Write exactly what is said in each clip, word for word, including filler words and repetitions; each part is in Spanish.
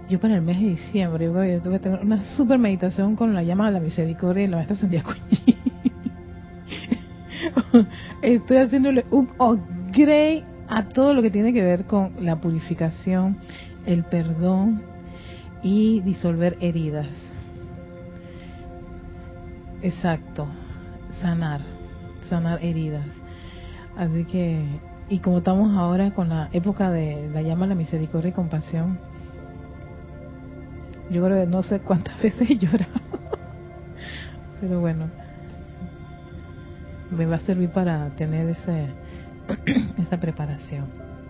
yo para el mes de diciembre, yo creo que yo tuve que tener una super meditación con la llama de la misericordia y la maestra Santiago. Estoy haciéndole un upgrade a todo lo que tiene que ver con la purificación, el perdón y disolver heridas. Exacto, sanar, sanar heridas. Así que, y como estamos ahora con la época de la llama de la misericordia y compasión, yo creo que no sé cuántas veces he llorado, pero bueno, me va a servir para tener ese, esa preparación.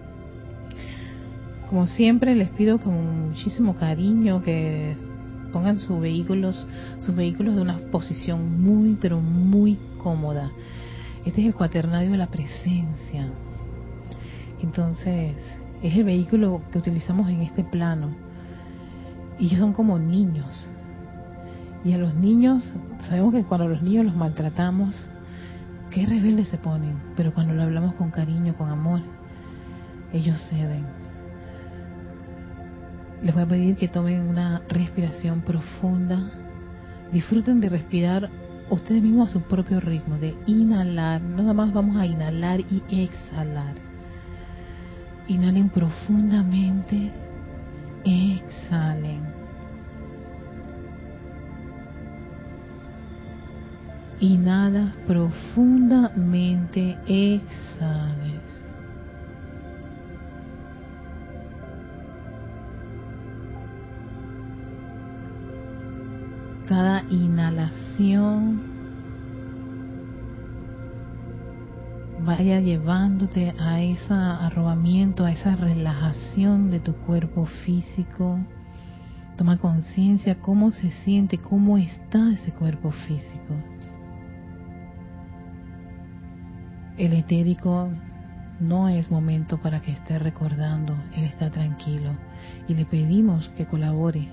Como siempre, les pido con muchísimo cariño que pongan sus vehículos, sus vehículos de una posición muy, pero muy cómoda. Este es el cuaternario de la presencia. Entonces, es el vehículo que utilizamos en este plano. Y ellos son como niños. Y a los niños, sabemos que cuando a los niños los maltratamos, qué rebeldes se ponen. Pero cuando lo hablamos con cariño, con amor, ellos ceden. Les voy a pedir que tomen una respiración profunda. Disfruten de respirar ustedes mismos a su propio ritmo, de inhalar. Nada más vamos a inhalar y exhalar. Inhalen profundamente, exhalen. Inhala profundamente, exhales. Cada inhalación vaya llevándote a ese arrobamiento, a esa relajación de tu cuerpo físico. Toma conciencia cómo se siente, cómo está ese cuerpo físico. El etérico no es momento para que esté recordando, él está tranquilo y le pedimos que colabore.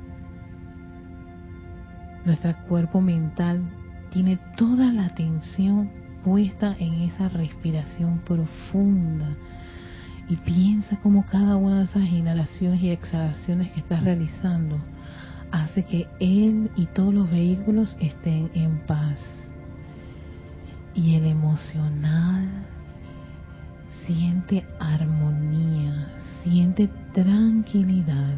Nuestro cuerpo mental tiene toda la atención puesta en esa respiración profunda y piensa cómo cada una de esas inhalaciones y exhalaciones que estás realizando hace que él y todos los vehículos estén en paz. Y el emocional siente armonía, siente tranquilidad.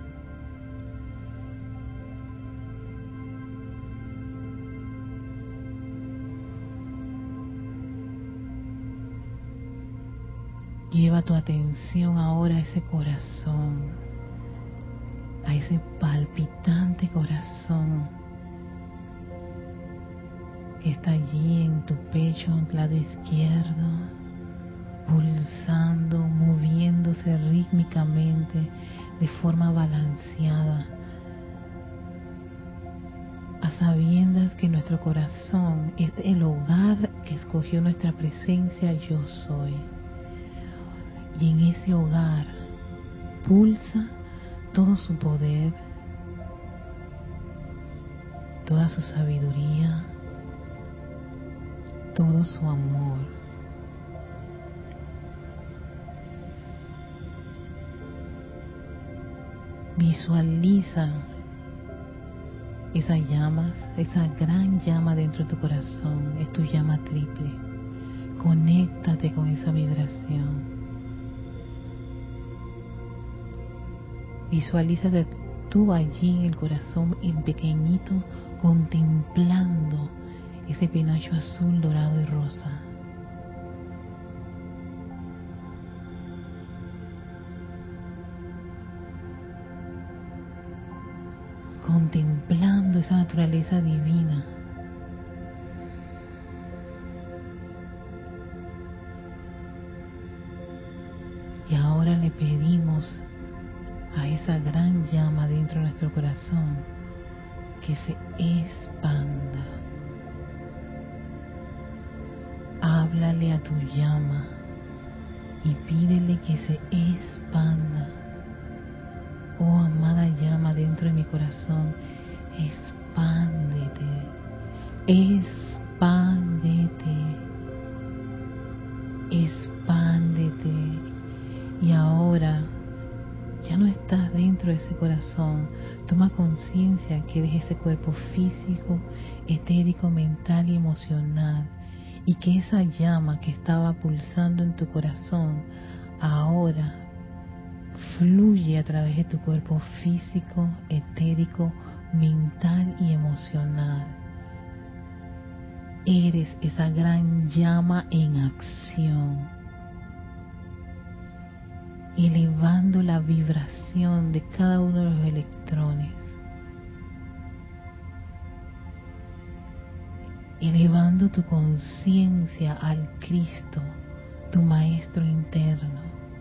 Lleva tu atención ahora a ese corazón, a ese palpitante corazón que está allí en tu pecho, en el lado izquierdo, pulsando, moviéndose rítmicamente de forma balanceada, a sabiendas que nuestro corazón es el hogar que escogió nuestra presencia yo soy. Y en ese hogar pulsa todo su poder, toda su sabiduría, todo su amor. Visualiza esas llamas, esa gran llama dentro de tu corazón, es tu llama triple. Conéctate con esa vibración. Visualízate tú allí en el corazón, en pequeñito, contemplando ese penacho azul, dorado y rosa. Contemplando esa naturaleza divina. Y ahora le pedimos a esa gran llama dentro de nuestro corazón que se expanda. Háblale a tu llama y pídele que se expanda. Oh amada llama dentro de mi corazón, expándete, expándete, expándete. Y ahora ya no estás dentro de ese corazón, toma conciencia que eres ese cuerpo físico, etérico, mental y emocional, y que esa llama que estaba pulsando en tu corazón ahora fluye a través de tu cuerpo físico, etérico, mental y emocional. Eres esa gran llama en acción, elevando la vibración de cada uno de los electrones, elevando tu conciencia al Cristo, tu Maestro interno.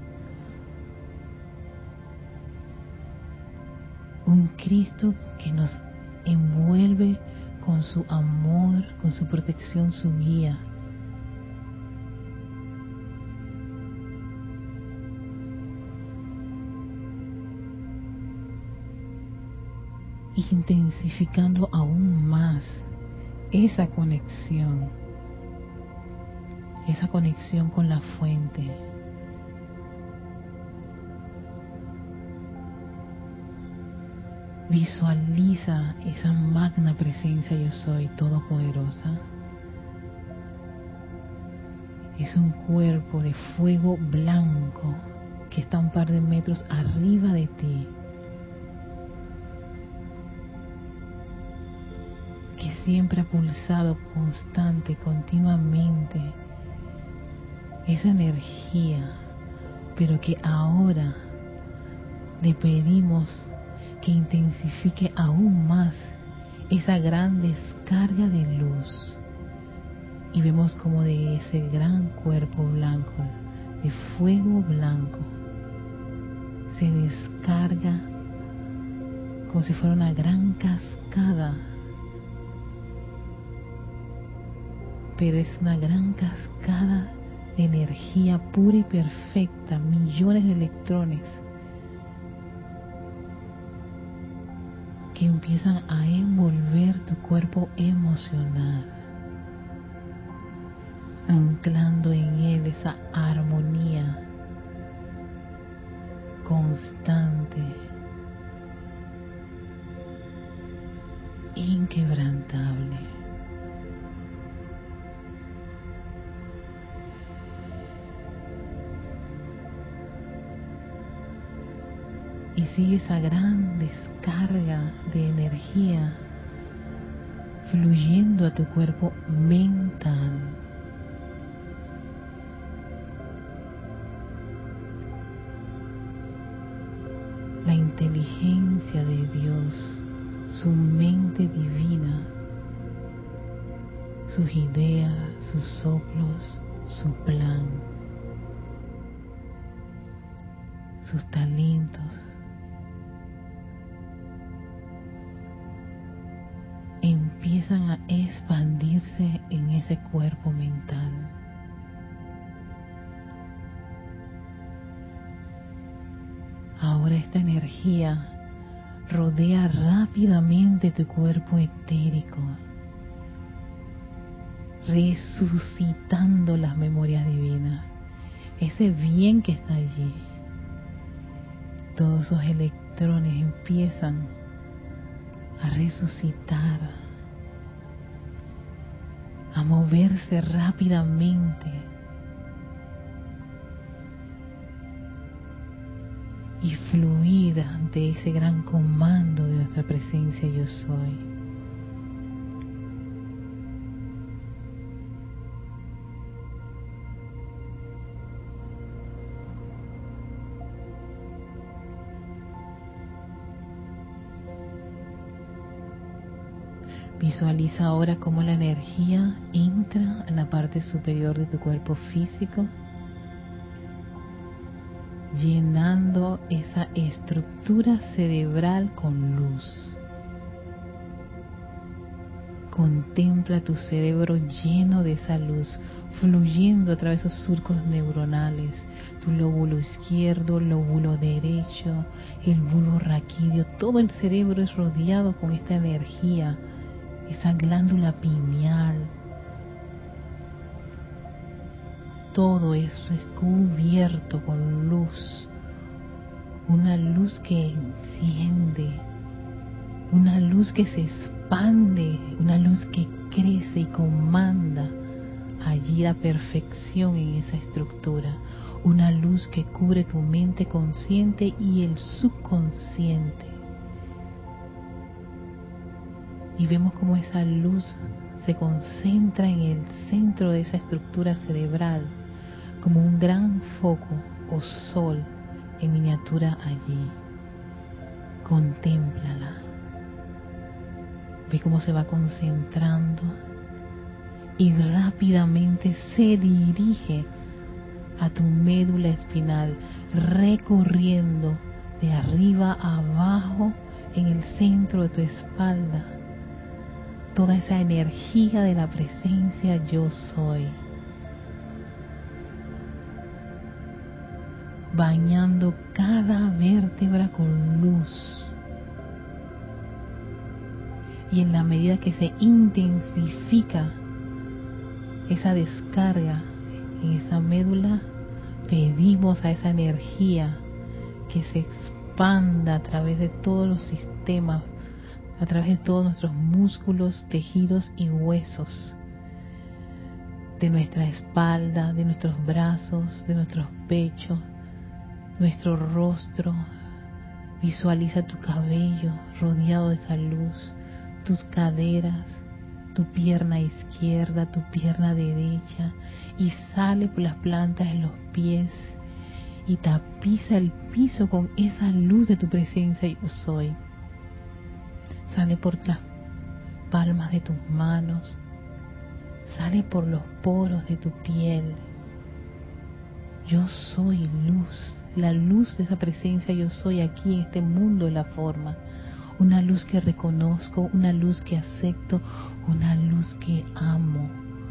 Un Cristo que nos envuelve con su amor, con su protección, su guía. Intensificando aún más esa conexión, esa conexión con la fuente. Visualiza esa magna presencia yo soy todopoderosa. Es un cuerpo de fuego blanco que está un par de metros arriba de ti, que siempre ha pulsado constante, continuamente esa energía, pero que ahora le pedimos que intensifique aún más esa gran descarga de luz. Y vemos como de ese gran cuerpo blanco, de fuego blanco, se descarga como si fuera una gran cascada, pero es una gran cascada de energía pura y perfecta, millones de electrones que empiezan a envolver tu cuerpo emocional, anclando en él esa armonía constante, inquebrantable. Y sigue esa gran descarga de energía fluyendo a tu cuerpo mental. La inteligencia de Dios, su mente divina, sus ideas, sus soplos, su plan, sus talentos, empiezan a expandirse en ese cuerpo mental. Ahora esta energía rodea rápidamente tu cuerpo etérico, resucitando las memorias divinas, ese bien que está allí. Todos esos electrones empiezan a resucitar, a moverse rápidamente y fluir ante ese gran comando de nuestra presencia yo soy. Visualiza ahora cómo la energía entra en la parte superior de tu cuerpo físico, llenando esa estructura cerebral con luz. Contempla tu cerebro lleno de esa luz, fluyendo a través de esos surcos neuronales, tu lóbulo izquierdo, lóbulo derecho, el bulbo raquídeo. Todo el cerebro es rodeado con esta energía, esa glándula pineal. Todo es recubierto con luz, una luz que enciende, una luz que se expande, una luz que crece y comanda allí la perfección en esa estructura, una luz que cubre tu mente consciente y el subconsciente. Y vemos cómo esa luz se concentra en el centro de esa estructura cerebral, como un gran foco o sol en miniatura allí. Contémplala. Ve cómo se va concentrando y rápidamente se dirige a tu médula espinal, recorriendo de arriba a abajo en el centro de tu espalda toda esa energía de la presencia yo soy, bañando cada vértebra con luz. Y en la medida que se intensifica esa descarga en esa médula, pedimos a esa energía que se expanda a través de todos los sistemas, a través de todos nuestros músculos, tejidos y huesos, de nuestra espalda, de nuestros brazos, de nuestros pechos, nuestro rostro. Visualiza tu cabello rodeado de esa luz, tus caderas, tu pierna izquierda, tu pierna derecha, y sale por las plantas de los pies y tapiza el piso con esa luz de tu presencia yo soy. Sale por las palmas de tus manos, sale por los poros de tu piel. Yo soy luz, la luz de esa presencia yo soy aquí en este mundo de la forma. Una luz que reconozco, una luz que acepto, una luz que amo.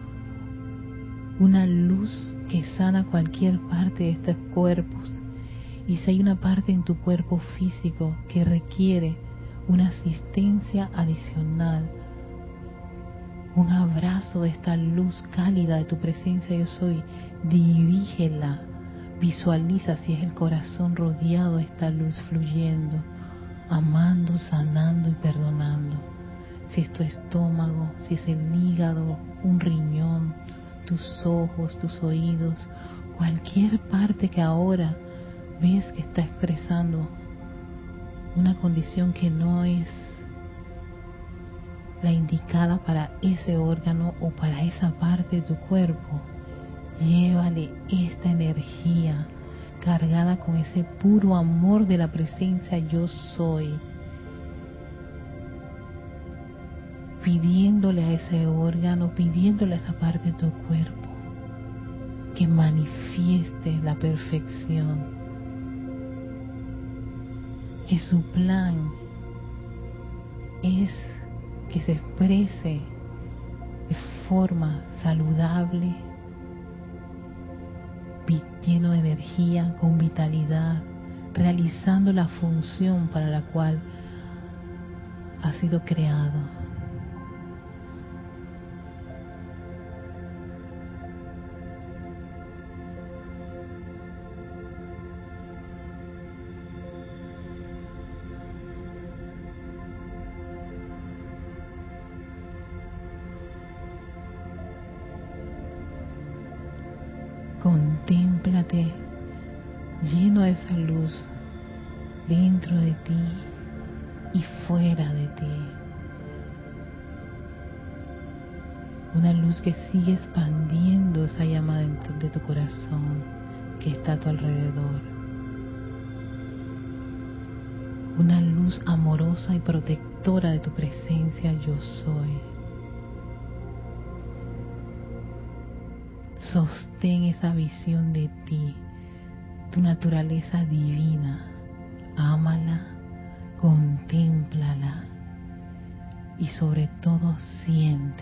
Una luz que sana cualquier parte de estos cuerpos. Y si hay una parte en tu cuerpo físico que requiere una asistencia adicional, un abrazo de esta luz cálida de tu presencia yo soy, dirígela, visualiza si es el corazón rodeado de esta luz fluyendo, amando, sanando y perdonando. Si es tu estómago, si es el hígado, un riñón, tus ojos, tus oídos, cualquier parte que ahora ves que está expresando una condición que no es la indicada para ese órgano o para esa parte de tu cuerpo, llévale esta energía cargada con ese puro amor de la presencia yo soy, pidiéndole a ese órgano, pidiéndole a esa parte de tu cuerpo que manifieste la perfección, que su plan es que se exprese de forma saludable, lleno de energía, con vitalidad, realizando la función para la cual ha sido creado. Contémplate lleno de esa luz dentro de ti y fuera de ti. Una luz que sigue expandiendo esa llama dentro de tu corazón que está a tu alrededor. Una luz amorosa y protectora de tu presencia yo soy. Sostén esa visión de ti, tu naturaleza divina. Ámala, contémplala y sobre todo siente.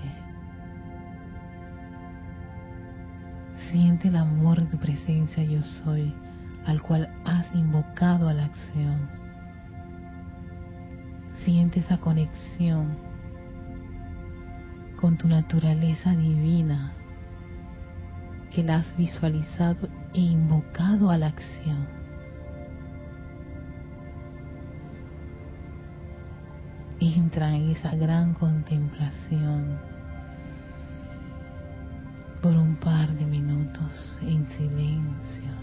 Siente el amor de tu presencia yo soy, al cual has invocado a la acción. Siente esa conexión con tu naturaleza divina, que la has visualizado e invocado a la acción. Entra en esa gran contemplación por un par de minutos en silencio.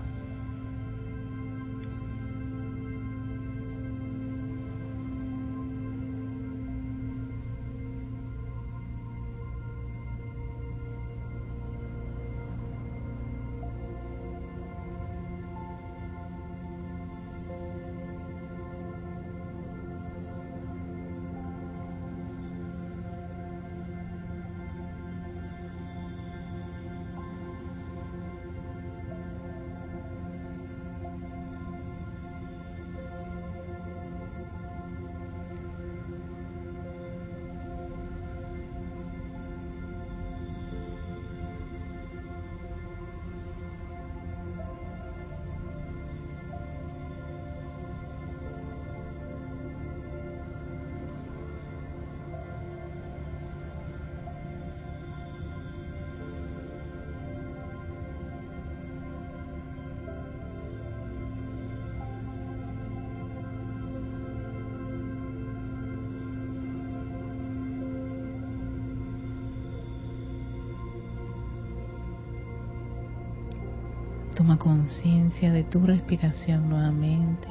Toma conciencia de tu respiración nuevamente,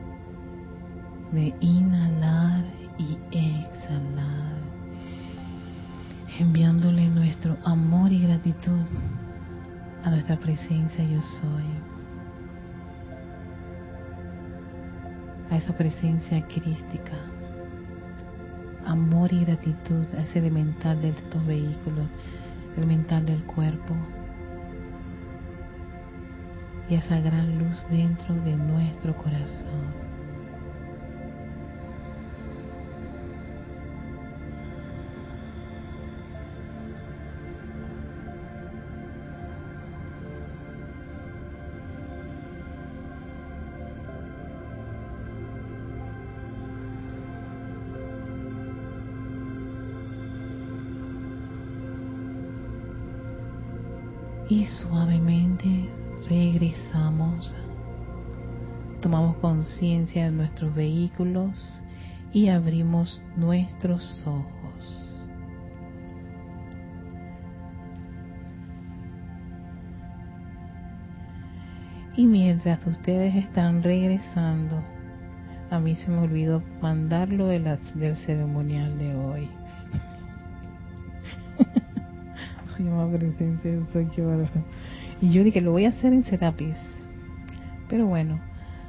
de inhalar y exhalar, enviándole nuestro amor y gratitud a nuestra presencia yo soy, a esa presencia crística, amor y gratitud a ese elemental de estos vehículos, elemental del cuerpo, y esa gran luz dentro de nuestro corazón. Y suavemente regresamos, tomamos conciencia de nuestros vehículos y abrimos nuestros ojos. Y mientras ustedes están regresando, a mí se me olvidó mandarlo de la, del ceremonial de hoy. Llama presencia, soy qué bárbaro. Y yo dije, lo voy a hacer en Serapis. Pero bueno.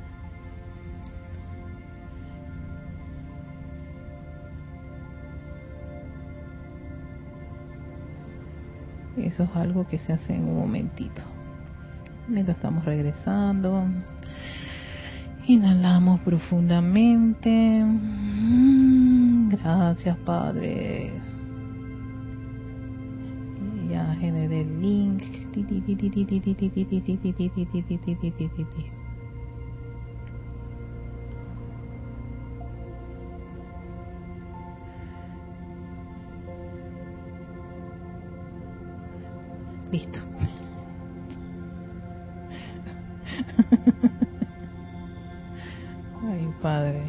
Eso es algo que se hace en un momentito. Mientras estamos regresando. Inhalamos profundamente. Gracias, Padre. Ya generé el link. Listo. Ay, Padre.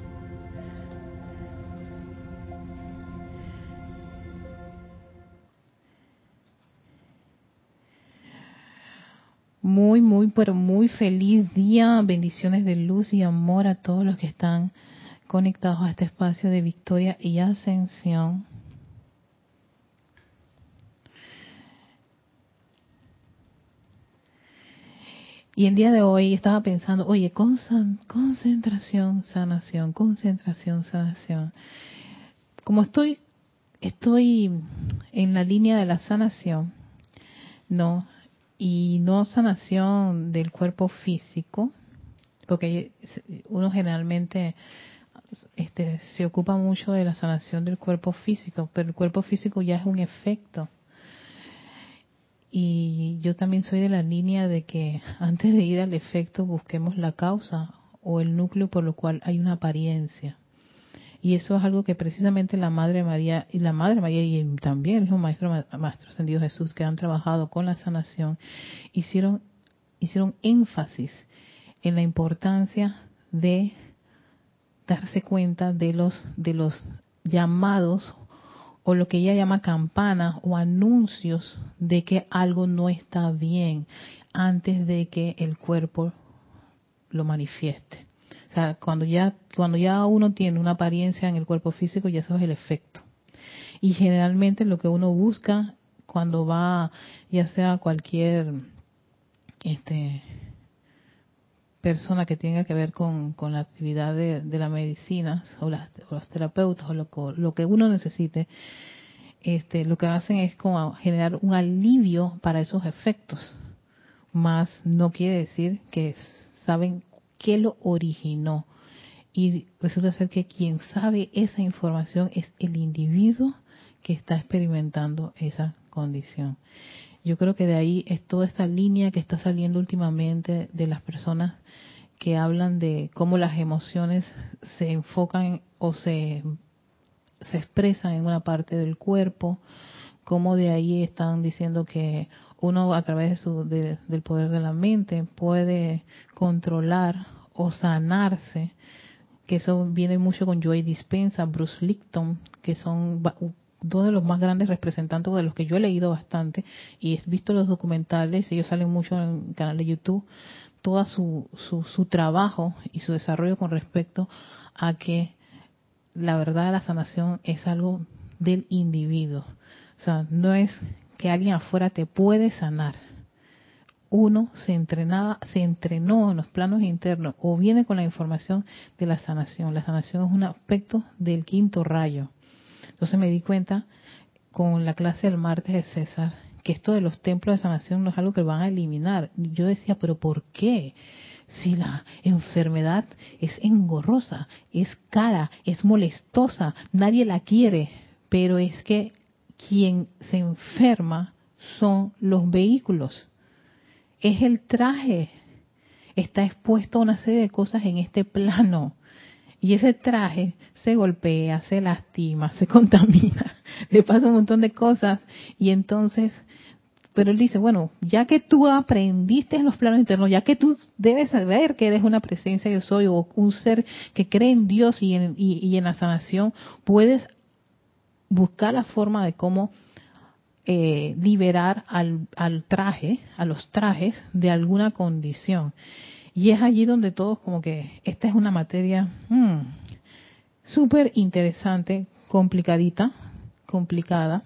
Muy, muy, pero muy feliz día. Bendiciones de luz y amor a todos los que están conectados a este espacio de victoria y ascensión. Y el día de hoy estaba pensando, oye, concentración, sanación, concentración, sanación. Como estoy, estoy en la línea de la sanación, no, y no sanación del cuerpo físico, porque uno generalmente este, se ocupa mucho de la sanación del cuerpo físico, pero el cuerpo físico ya es un efecto. Y yo también soy de la línea de que antes de ir al efecto busquemos la causa o el núcleo por lo cual hay una apariencia. Y eso es algo que precisamente la Madre María y la Madre María y también el Maestro Maestro Ascendido Jesús, que han trabajado con la sanación, hicieron hicieron énfasis en la importancia de darse cuenta de los de los llamados o lo que ella llama campanas o anuncios de que algo no está bien antes de que el cuerpo lo manifieste. O sea, cuando ya cuando ya uno tiene una apariencia en el cuerpo físico, ya eso es el efecto. Y generalmente lo que uno busca cuando va, ya sea cualquier este persona que tenga que ver con, con la actividad de, de la medicina o, las, o los terapeutas o lo, lo que uno necesite, este, lo que hacen es como generar un alivio para esos efectos. Más no quiere decir que saben qué lo originó. Y resulta ser que quien sabe esa información es el individuo que está experimentando esa condición. Yo creo que de ahí es toda esta línea que está saliendo últimamente de las personas que hablan de cómo las emociones se enfocan o se, se expresan en una parte del cuerpo, cómo de ahí están diciendo que uno a través de su, de, del poder de la mente puede controlar o sanarse, que eso viene mucho con Joe Dispenza, Bruce Lipton, que son dos de los más grandes representantes de los que yo he leído bastante y he visto los documentales, ellos salen mucho en el canal de YouTube, todo su, su, su trabajo y su desarrollo con respecto a que la verdad de la sanación es algo del individuo. O sea, no es que alguien afuera te puede sanar. Uno se entrenaba, se entrenó en los planos internos o viene con la información de la sanación. La sanación es un aspecto del quinto rayo. Entonces me di cuenta con la clase del martes de César que esto de los templos de sanación no es algo que van a eliminar. Yo decía, pero ¿por qué? Si la enfermedad es engorrosa, es cara, es molestosa, nadie la quiere, pero es que quien se enferma son los vehículos, es el traje, está expuesto a una serie de cosas en este plano. Y ese traje se golpea, se lastima, se contamina, le pasa un montón de cosas. Y entonces, pero él dice, bueno, ya que tú aprendiste en los planos internos, ya que tú debes saber que eres una presencia yo soy o un ser que cree en Dios y en, y, y en la sanación, puedes buscar la forma de cómo eh, liberar al, al traje, a los trajes de alguna condición. Y es allí donde todos como que esta es una materia hmm, súper interesante, complicadita, complicada.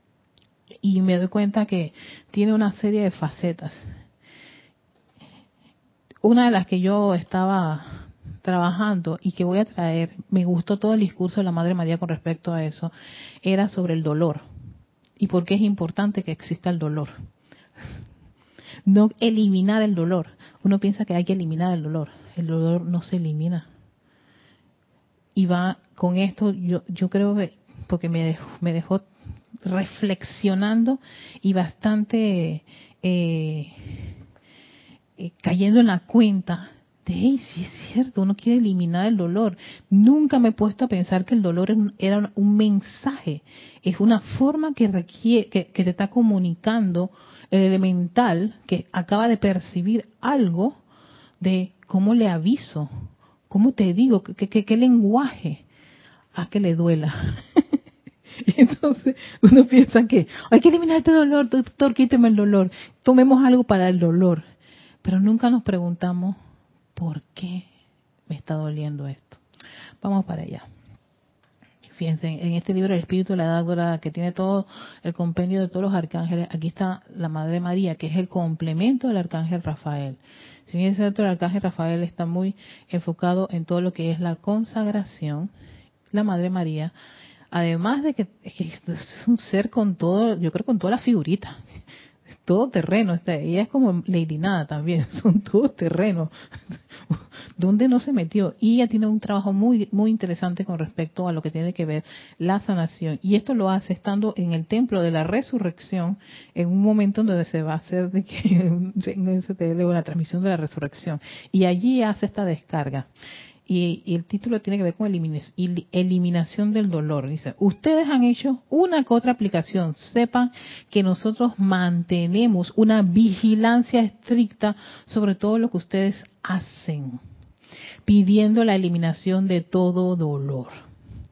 Y me doy cuenta que tiene una serie de facetas. Una de las que yo estaba trabajando y que voy a traer, me gustó todo el discurso de la Madre María con respecto a eso, era sobre el dolor. Y por qué es importante que exista el dolor. No eliminar el dolor. Uno piensa que hay que eliminar el dolor. El dolor no se elimina. Y va con esto, yo, yo creo que, porque me dejó, me dejó reflexionando y bastante eh, eh, cayendo en la cuenta de, hey, sí es cierto, uno quiere eliminar el dolor. Nunca me he puesto a pensar que el dolor era un mensaje, es una forma que requiere, que, que te está comunicando el elemental que acaba de percibir algo de cómo le aviso, cómo te digo, qué, qué, qué lenguaje, a que le duela. Y entonces uno piensa que hay que eliminar este dolor, doctor, quíteme el dolor, tomemos algo para el dolor. Pero nunca nos preguntamos, ¿por qué me está doliendo esto? Vamos para allá. Fíjense, en este libro El Espíritu de la Edad Dorada, que tiene todo el compendio de todos los arcángeles, aquí está la Madre María, que es el complemento del Arcángel Rafael. Si bien es cierto, el Arcángel Rafael está muy enfocado en todo lo que es la consagración, la Madre María, además de que es un ser con todo, yo creo con todas las figuritas, todo terreno, ella es como Lady Nada también, son todos terrenos. ¿Dónde no se metió? Y ella tiene un trabajo muy muy interesante con respecto a lo que tiene que ver la sanación. Y esto lo hace estando en el templo de la resurrección, en un momento donde se va a hacer de que en S T L una transmisión de la resurrección. Y allí hace esta descarga. Y, y el título tiene que ver con eliminación del dolor. Dice, ustedes han hecho una que otra aplicación. Sepan que nosotros mantenemos una vigilancia estricta sobre todo lo que ustedes hacen, pidiendo la eliminación de todo dolor.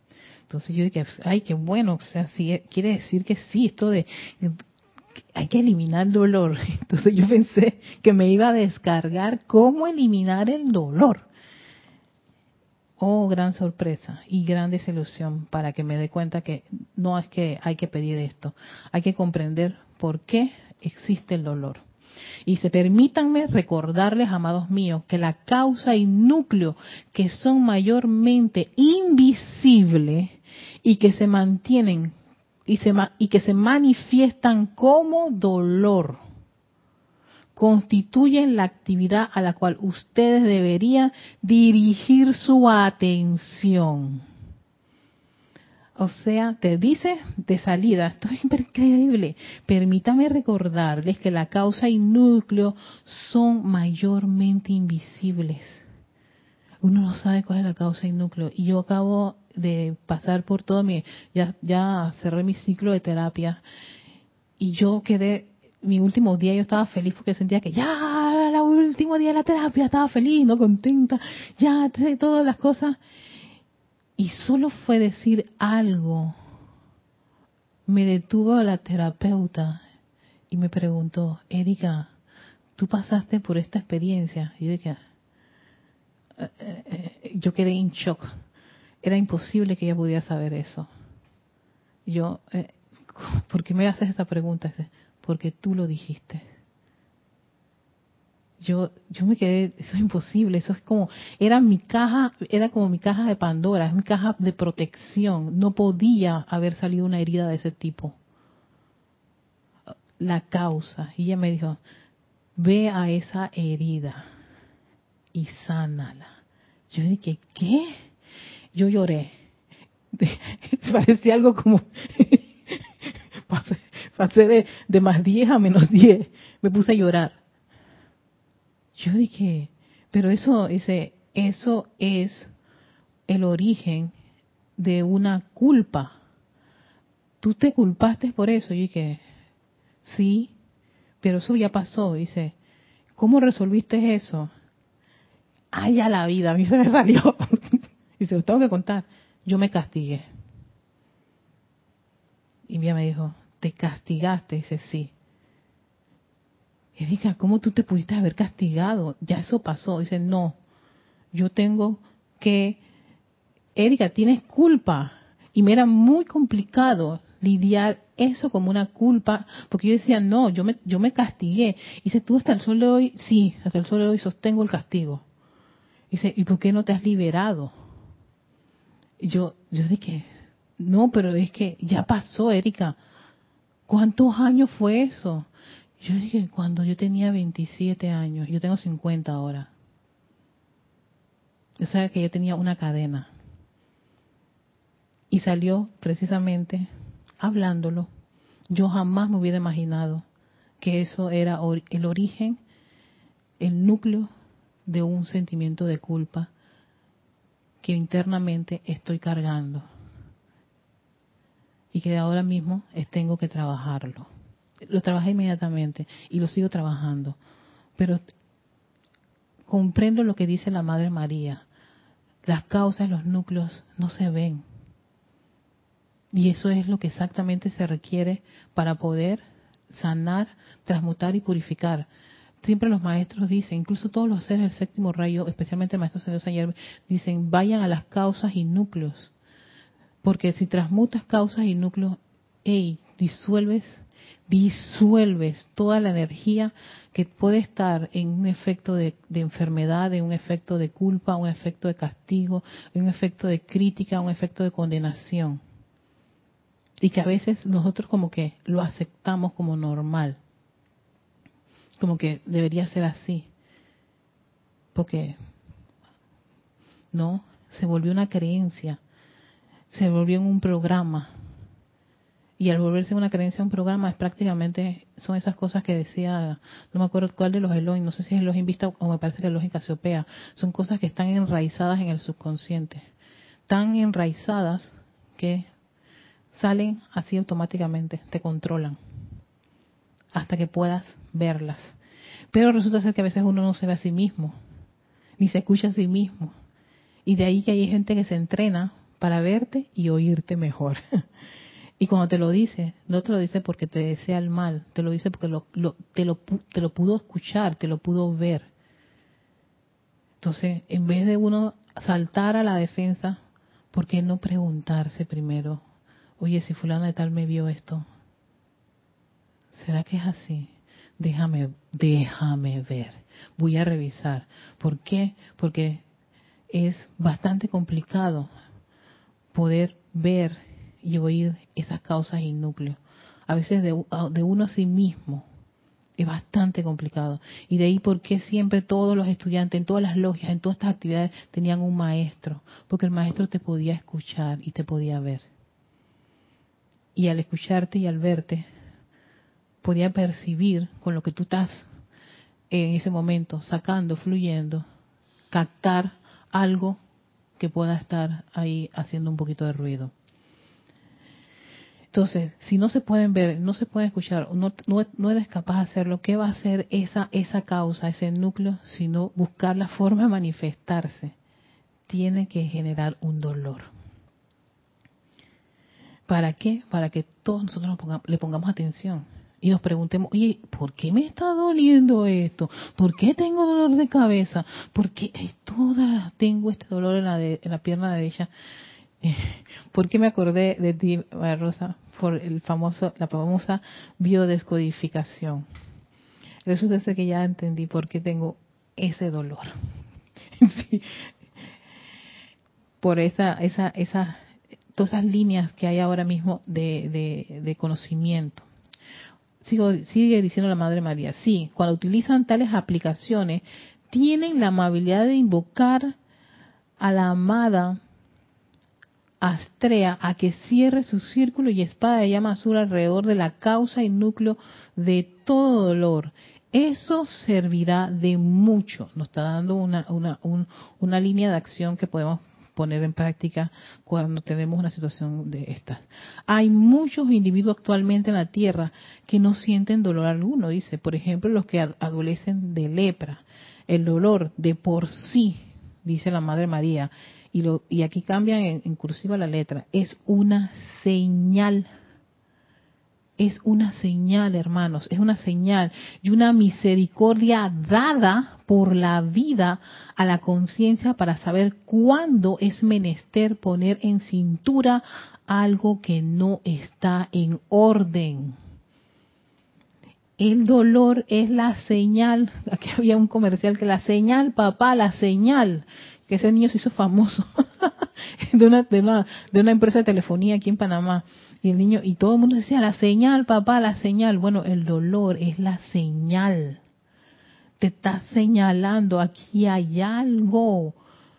Entonces yo dije, ay, qué bueno, o sea, sí, quiere decir que sí, esto de hay que eliminar el dolor. Entonces yo pensé que me iba a descargar cómo eliminar el dolor. Oh, gran sorpresa y gran desilusión para que me dé cuenta que no es que hay que pedir esto, hay que comprender por qué existe el dolor. Y se permítanme recordarles, amados míos, que la causa y núcleo que son mayormente invisibles y que se mantienen y, se, y que se manifiestan como dolor, constituyen la actividad a la cual ustedes deberían dirigir su atención. O sea, te dice de salida, esto es increíble, permítame recordarles que la causa y núcleo son mayormente invisibles. Uno no sabe cuál es la causa y núcleo. Y yo acabo de pasar por todo mi, ya, ya cerré mi ciclo de terapia y yo quedé, mi último día yo estaba feliz porque sentía que ya era el último día de la terapia, estaba feliz, no contenta, ya todas las cosas. Y solo fue decir algo, me detuvo la terapeuta y me preguntó, Erika, ¿tú pasaste por esta experiencia? Y yo dije, eh, eh, yo quedé en shock. Era imposible que ella pudiera saber eso. Yo, eh, ¿por qué me haces esta pregunta? Dice, porque tú lo dijiste. Yo, yo me quedé, eso es imposible, eso es como, era mi caja, era como mi caja de Pandora, es mi caja de protección, no podía haber salido una herida de ese tipo. La causa, y ella me dijo, ve a esa herida y sánala. Yo dije, ¿qué? Yo lloré. Parecía algo como, pasé, pasé de, de más diez a menos diez, me puse a llorar. Yo dije, pero eso, ese, eso es el origen de una culpa. Tú te culpaste por eso. Yo dije, sí, pero eso ya pasó. Dice, ¿cómo resolviste eso? Ay, a la vida, a mí se me salió. Y se lo tengo que contar. Yo me castigué. Y ella me dijo, ¿te castigaste? Dice, sí. Y dije, ¿cómo tú te pudiste haber castigado? Ya eso pasó. Dice, no, yo tengo que, Erika, tienes culpa. Y me era muy complicado lidiar eso como una culpa, porque yo decía, no, yo me, yo me castigué. Y dice, tú hasta el sol de hoy, sí, hasta el sol de hoy sostengo el castigo. Y dice, ¿y por qué no te has liberado? Y yo, yo dije, no, pero es que ya pasó, Erika. ¿Cuántos años fue eso? Yo dije, cuando yo tenía veintisiete años, yo tengo cincuenta ahora. O sea que yo tenía una cadena. Y salió precisamente hablándolo. Yo jamás me hubiera imaginado que eso era el origen, el núcleo de un sentimiento de culpa que internamente estoy cargando. Y que ahora mismo tengo que trabajarlo. Lo trabajé inmediatamente y lo sigo trabajando. Pero comprendo lo que dice la Madre María. Las causas, los núcleos no se ven. Y eso es lo que exactamente se requiere para poder sanar, transmutar y purificar. Siempre los maestros dicen, incluso todos los seres del séptimo rayo, especialmente el maestro Señor Sayer, dicen, vayan a las causas y núcleos. Porque si transmutas causas y núcleos, hey, disuelves, disuelves toda la energía que puede estar en un efecto de, de enfermedad, en un efecto de culpa, un efecto de castigo, en un efecto de crítica, un efecto de condenación. Y que a veces nosotros como que lo aceptamos como normal. Como que debería ser así. Porque, no, se volvió una creencia. Se volvió en un programa. Y al volverse una creencia un programa es prácticamente, son esas cosas que decía, no me acuerdo cuál de los Elohim, no sé si es Elohim Vista o me parece que es Elohim Casiopea, son cosas que están enraizadas en el subconsciente, tan enraizadas que salen así automáticamente, te controlan, hasta que puedas verlas. Pero resulta ser que a veces uno no se ve a sí mismo, ni se escucha a sí mismo. Y de ahí que hay gente que se entrena para verte y oírte mejor. Y cuando te lo dice, no te lo dice porque te desea el mal, te lo dice porque lo, lo, te, lo, te lo pudo escuchar, te lo pudo ver. Entonces, en vez de uno saltar a la defensa, ¿por qué no preguntarse primero? Oye, si fulana de tal me vio esto, ¿será que es así? Déjame, déjame ver. Voy a revisar. ¿Por qué? Porque es bastante complicado poder ver y oír esas causas y núcleos. A veces de, de uno a sí mismo. Es bastante complicado. Y de ahí por qué siempre todos los estudiantes, en todas las logias, en todas estas actividades, tenían un maestro. Porque el maestro te podía escuchar y te podía ver. Y al escucharte y al verte, podía percibir con lo que tú estás en ese momento sacando, fluyendo, captar algo que pueda estar ahí haciendo un poquito de ruido. Entonces, si no se pueden ver, no se pueden escuchar, no, no, no eres capaz de hacerlo, ¿qué va a hacer esa, esa causa, ese núcleo, sino buscar la forma de manifestarse? Tiene que generar un dolor. ¿Para qué? Para que todos nosotros nos pongamos, le pongamos atención y nos preguntemos, oye, ¿por qué me está doliendo esto? ¿Por qué tengo dolor de cabeza? ¿Por qué ay, toda tengo este dolor en la, de, en la pierna derecha? ¿Por qué me acordé de ti, María Rosa? Por el famoso, la famosa biodescodificación. Resulta ser que ya entendí por qué tengo ese dolor. Sí. Por esa, esa, esa, todas esas líneas que hay ahora mismo de, de, de conocimiento. Sigo, sigue diciendo la Madre María, sí, cuando utilizan tales aplicaciones, tienen la amabilidad de invocar a la amada Astrea a que cierre su círculo y espada de llama azul alrededor de la causa y núcleo de todo dolor. Eso servirá de mucho. Nos está dando una, una, un, una línea de acción que podemos poner en práctica cuando tenemos una situación de estas. Hay muchos individuos actualmente en la Tierra que no sienten dolor alguno, dice. Por ejemplo, los que adolecen de lepra. El dolor de por sí, dice la Madre María, y, lo, y aquí cambian en, en cursiva la letra, es una señal, es una señal, hermanos, es una señal y una misericordia dada por la vida a la conciencia para saber cuándo es menester poner en cintura algo que no está en orden. El dolor es la señal, aquí había un comercial que la señal, papá, la señal, que ese niño se hizo famoso de una, de una de una empresa de telefonía aquí en Panamá, y el niño y todo el mundo decía la señal, papá, la señal. Bueno, el dolor es la señal, te está señalando, aquí hay algo.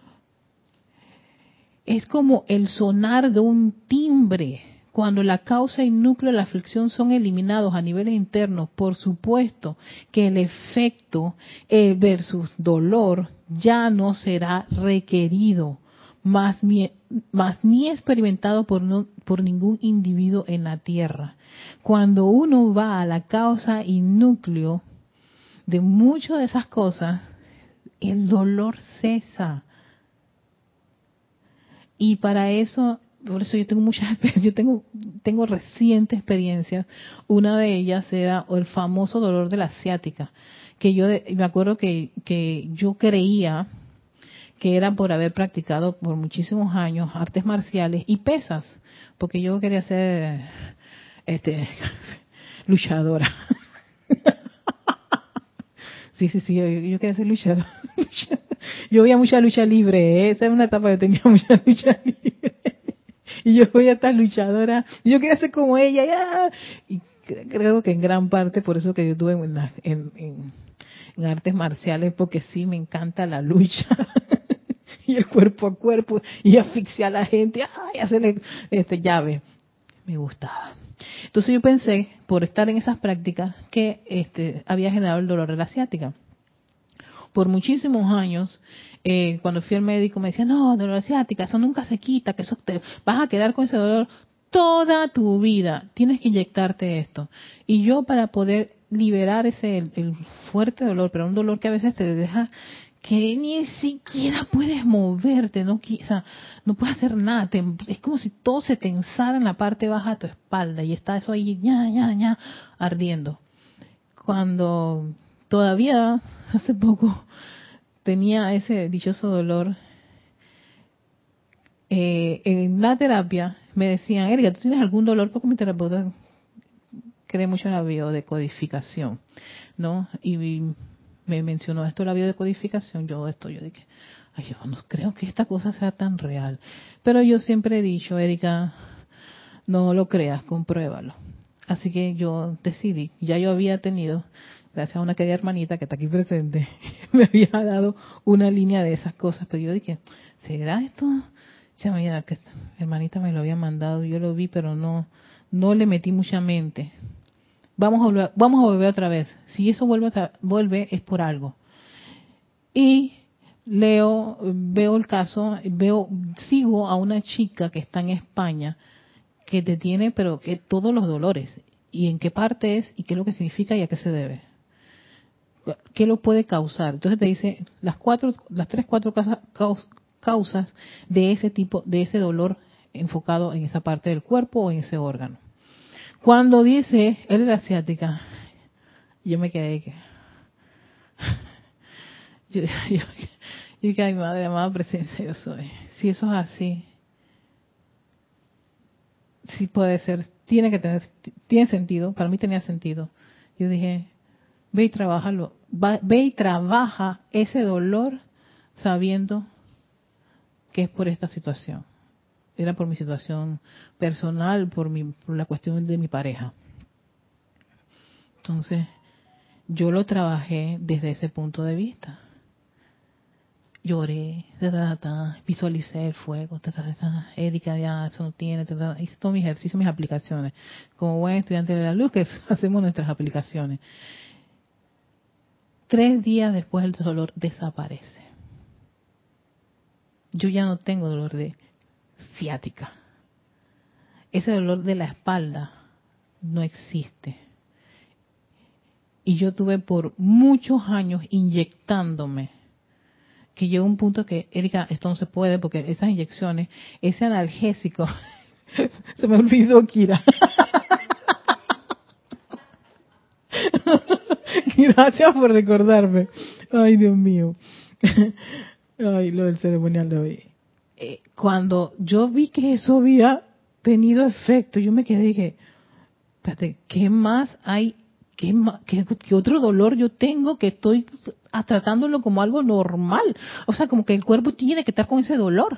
Es como el sonar de un timbre. Cuando la causa y núcleo de la aflicción son eliminados a niveles internos, por supuesto que el efecto eh, versus dolor ya no será requerido, más ni, más ni experimentado por, no, por ningún individuo en la Tierra. Cuando uno va a la causa y núcleo de muchas de esas cosas, el dolor cesa. Y para eso, por eso yo tengo muchas, yo tengo, tengo recientes experiencias. Una de ellas era el famoso dolor de la ciática, que yo me acuerdo que, que yo creía que era por haber practicado por muchísimos años artes marciales y pesas, porque yo quería ser este luchadora. Sí, sí, sí, yo, yo quería ser luchadora. Yo veía mucha lucha libre, ¿eh? Esa es una etapa que tenía mucha lucha libre. Y yo voy a estar luchadora, yo quería ser como ella, ya. Y creo que en gran parte por eso que yo estuve en, en, en, en artes marciales, porque sí me encanta la lucha. Y el cuerpo a cuerpo, y asfixiar a la gente, ay, hacerle este llave. Me gustaba. Entonces yo pensé, por estar en esas prácticas, que este había generado el dolor de la ciática. Por muchísimos años, eh, cuando fui al médico me decía, no, dolor de ciática, eso nunca se quita, que eso te vas a quedar con ese dolor toda tu vida. Tienes que inyectarte esto. Y yo, para poder liberar ese el, el fuerte dolor, pero un dolor que a veces te deja que ni siquiera puedes moverte, no, o sea, no puedes hacer nada, te, es como si todo se tensara en la parte baja de tu espalda y está eso ahí, ya, ya, ya, ardiendo. Cuando todavía, hace poco, tenía ese dichoso dolor, eh, en la terapia me decían, Erika, ¿tú tienes algún dolor? Porque mi terapeuta cree mucho en la biodecodificación, ¿no? Y me mencionó esto, la biodecodificación, yo esto, yo dije, ay, yo no creo que esta cosa sea tan real. Pero yo siempre he dicho, Erika, no lo creas, compruébalo. Así que yo decidí, ya yo había tenido, gracias a una querida hermanita que está aquí presente, me había dado una línea de esas cosas, pero yo dije, ¿será esto? Ya mañana que hermanita me lo había mandado, yo lo vi, pero no, no le metí mucha mente. Vamos a volver, vamos a volver otra vez. Si eso vuelve, vuelve es por algo. Y leo, veo el caso, veo, sigo a una chica que está en España que te tiene, pero que todos los dolores. Y en qué parte es y qué es lo que significa y a qué se debe. ¿Qué lo puede causar? Entonces te dice las cuatro, las tres, cuatro causas, causas de ese tipo, de ese dolor enfocado en esa parte del cuerpo o en ese órgano. Cuando dice, él era asiática, yo me quedé que... Yo, yo, yo que ay madre, amada presencia yo soy. Si eso es así, sí puede ser, tiene que tener, tiene sentido, para mí tenía sentido. Yo dije, ve y trabájalo, va, ve y trabaja ese dolor sabiendo que es por esta situación. Era por mi situación personal, por mi, por la cuestión de mi pareja. Entonces, yo lo trabajé desde ese punto de vista. Lloré, ta, ta, ta, visualicé el fuego, ta, ta, ta, Erika, ya eso no tiene, ta, ta, hice todos mis ejercicios, mis aplicaciones. Como buen estudiante de la luz, que hacemos nuestras aplicaciones. Tres días después el dolor desaparece. Yo ya no tengo dolor de ciática. Ese dolor de la espalda no existe. Y yo tuve por muchos años inyectándome, que llegó un punto que, Erika, esto no se puede porque esas inyecciones, ese analgésico, se me olvidó, Kira. Gracias por recordarme. Ay, Dios mío. Ay, lo del ceremonial de hoy. Eh, cuando yo vi que eso había tenido efecto, yo me quedé y dije, espérate, ¿qué más hay? ¿Qué, más, qué, qué otro dolor yo tengo que estoy tratándolo como algo normal? O sea, como que el cuerpo tiene que estar con ese dolor.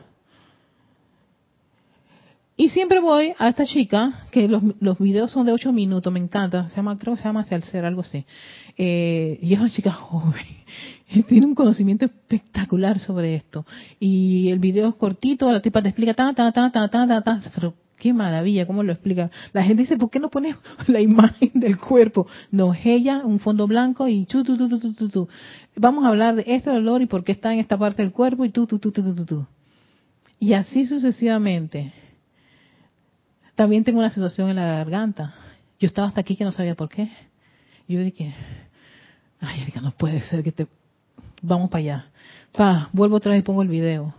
Y siempre voy a esta chica, que los, los videos son de ocho minutos, me encanta, se llama, creo que se llama Salcer, algo así. Eh, y es una chica joven, y tiene un conocimiento espectacular sobre esto. Y el video es cortito, la tipa te explica, ta, ta, ta, ta, ta, ta, ta, pero qué maravilla, cómo lo explica. La gente dice, ¿por qué no pones la imagen del cuerpo? No, es ella, un fondo blanco y chu, tu, tu, tu, tu, tu, tu. Vamos a hablar de este dolor y por qué está en esta parte del cuerpo y tú, tú, tú, tú, tú, tú, tú. Y así sucesivamente. También tengo una situación en la garganta. Yo estaba hasta aquí que no sabía por qué. Yo dije, ay, Erika, no puede ser que te... Vamos para allá. Pa, vuelvo otra vez y pongo el video.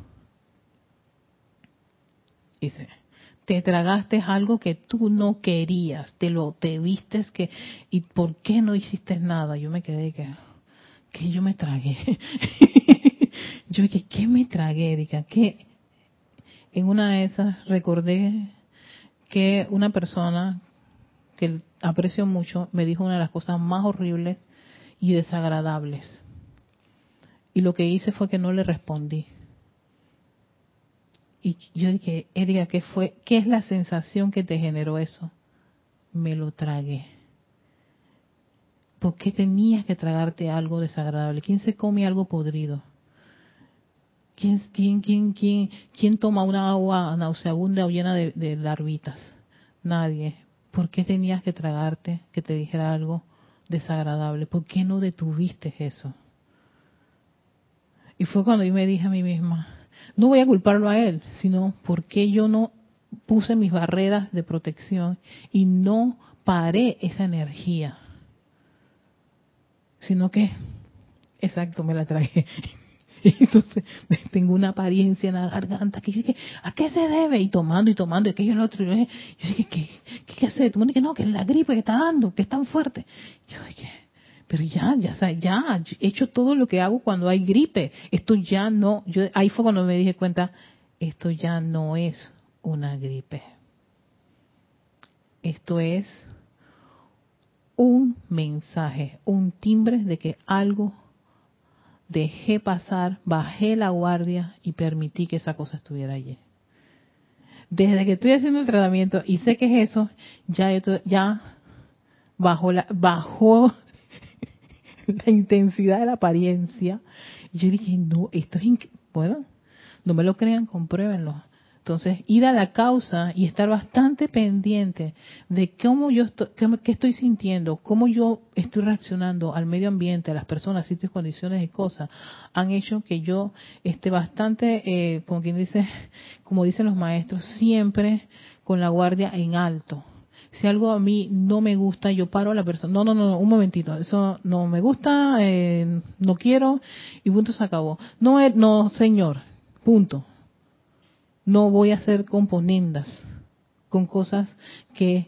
Dice, te tragaste algo que tú no querías, te lo te vistes que... ¿Y por qué no hiciste nada? Yo me quedé que... ¿Qué yo me tragué? Yo dije, ¿qué me tragué, Erika? ¿Qué? En una de esas recordé que una persona que aprecio mucho me dijo una de las cosas más horribles y desagradables. Y lo que hice fue que no le respondí. Y yo dije, Erika, ¿qué fue? ¿Qué es la sensación que te generó eso? Me lo tragué. ¿Por qué tenías que tragarte algo desagradable? ¿Quién se come algo podrido? ¿Quién, quién, quién, quién, quién toma una agua nauseabunda o llena de, de larvitas? Nadie. ¿Por qué tenías que tragarte que te dijera algo desagradable? ¿Por qué no detuviste eso? Y fue cuando yo me dije a mí misma, no voy a culparlo a él, sino por qué yo no puse mis barreras de protección y no paré esa energía. Sino que, exacto, me la tragué. Entonces tengo una apariencia en la garganta que yo dije, ¿a qué se debe? Y tomando y tomando, y aquello y lo otro. Y yo dije, yo dije ¿qué, qué, qué hace? Todo el mundo dice, no, que es la gripe que está dando, que es tan fuerte. Yo dije, pero ya, ya, ya, he hecho todo lo que hago cuando hay gripe. Esto ya no, yo ahí fue cuando me dije cuenta, esto ya no es una gripe. Esto es un mensaje, un timbre de que algo dejé pasar, bajé la guardia y permití que esa cosa estuviera allí. Desde que estoy haciendo el tratamiento y sé que es eso, ya, ya bajó la, bajó la intensidad de la apariencia. Y yo dije, no, esto es inc bueno, no me lo crean, compruébenlo. Entonces, ir a la causa y estar bastante pendiente de cómo yo estoy, qué estoy sintiendo, cómo yo estoy reaccionando al medio ambiente, a las personas, sitios, condiciones y cosas, han hecho que yo esté bastante, eh, como quien dice, como dicen los maestros, siempre con la guardia en alto. Si algo a mí no me gusta, yo paro a la persona. No, no, no, un momentito. Eso no me gusta, eh, no quiero, y punto, se acabó. No, no, señor, punto. No voy a hacer componendas con cosas que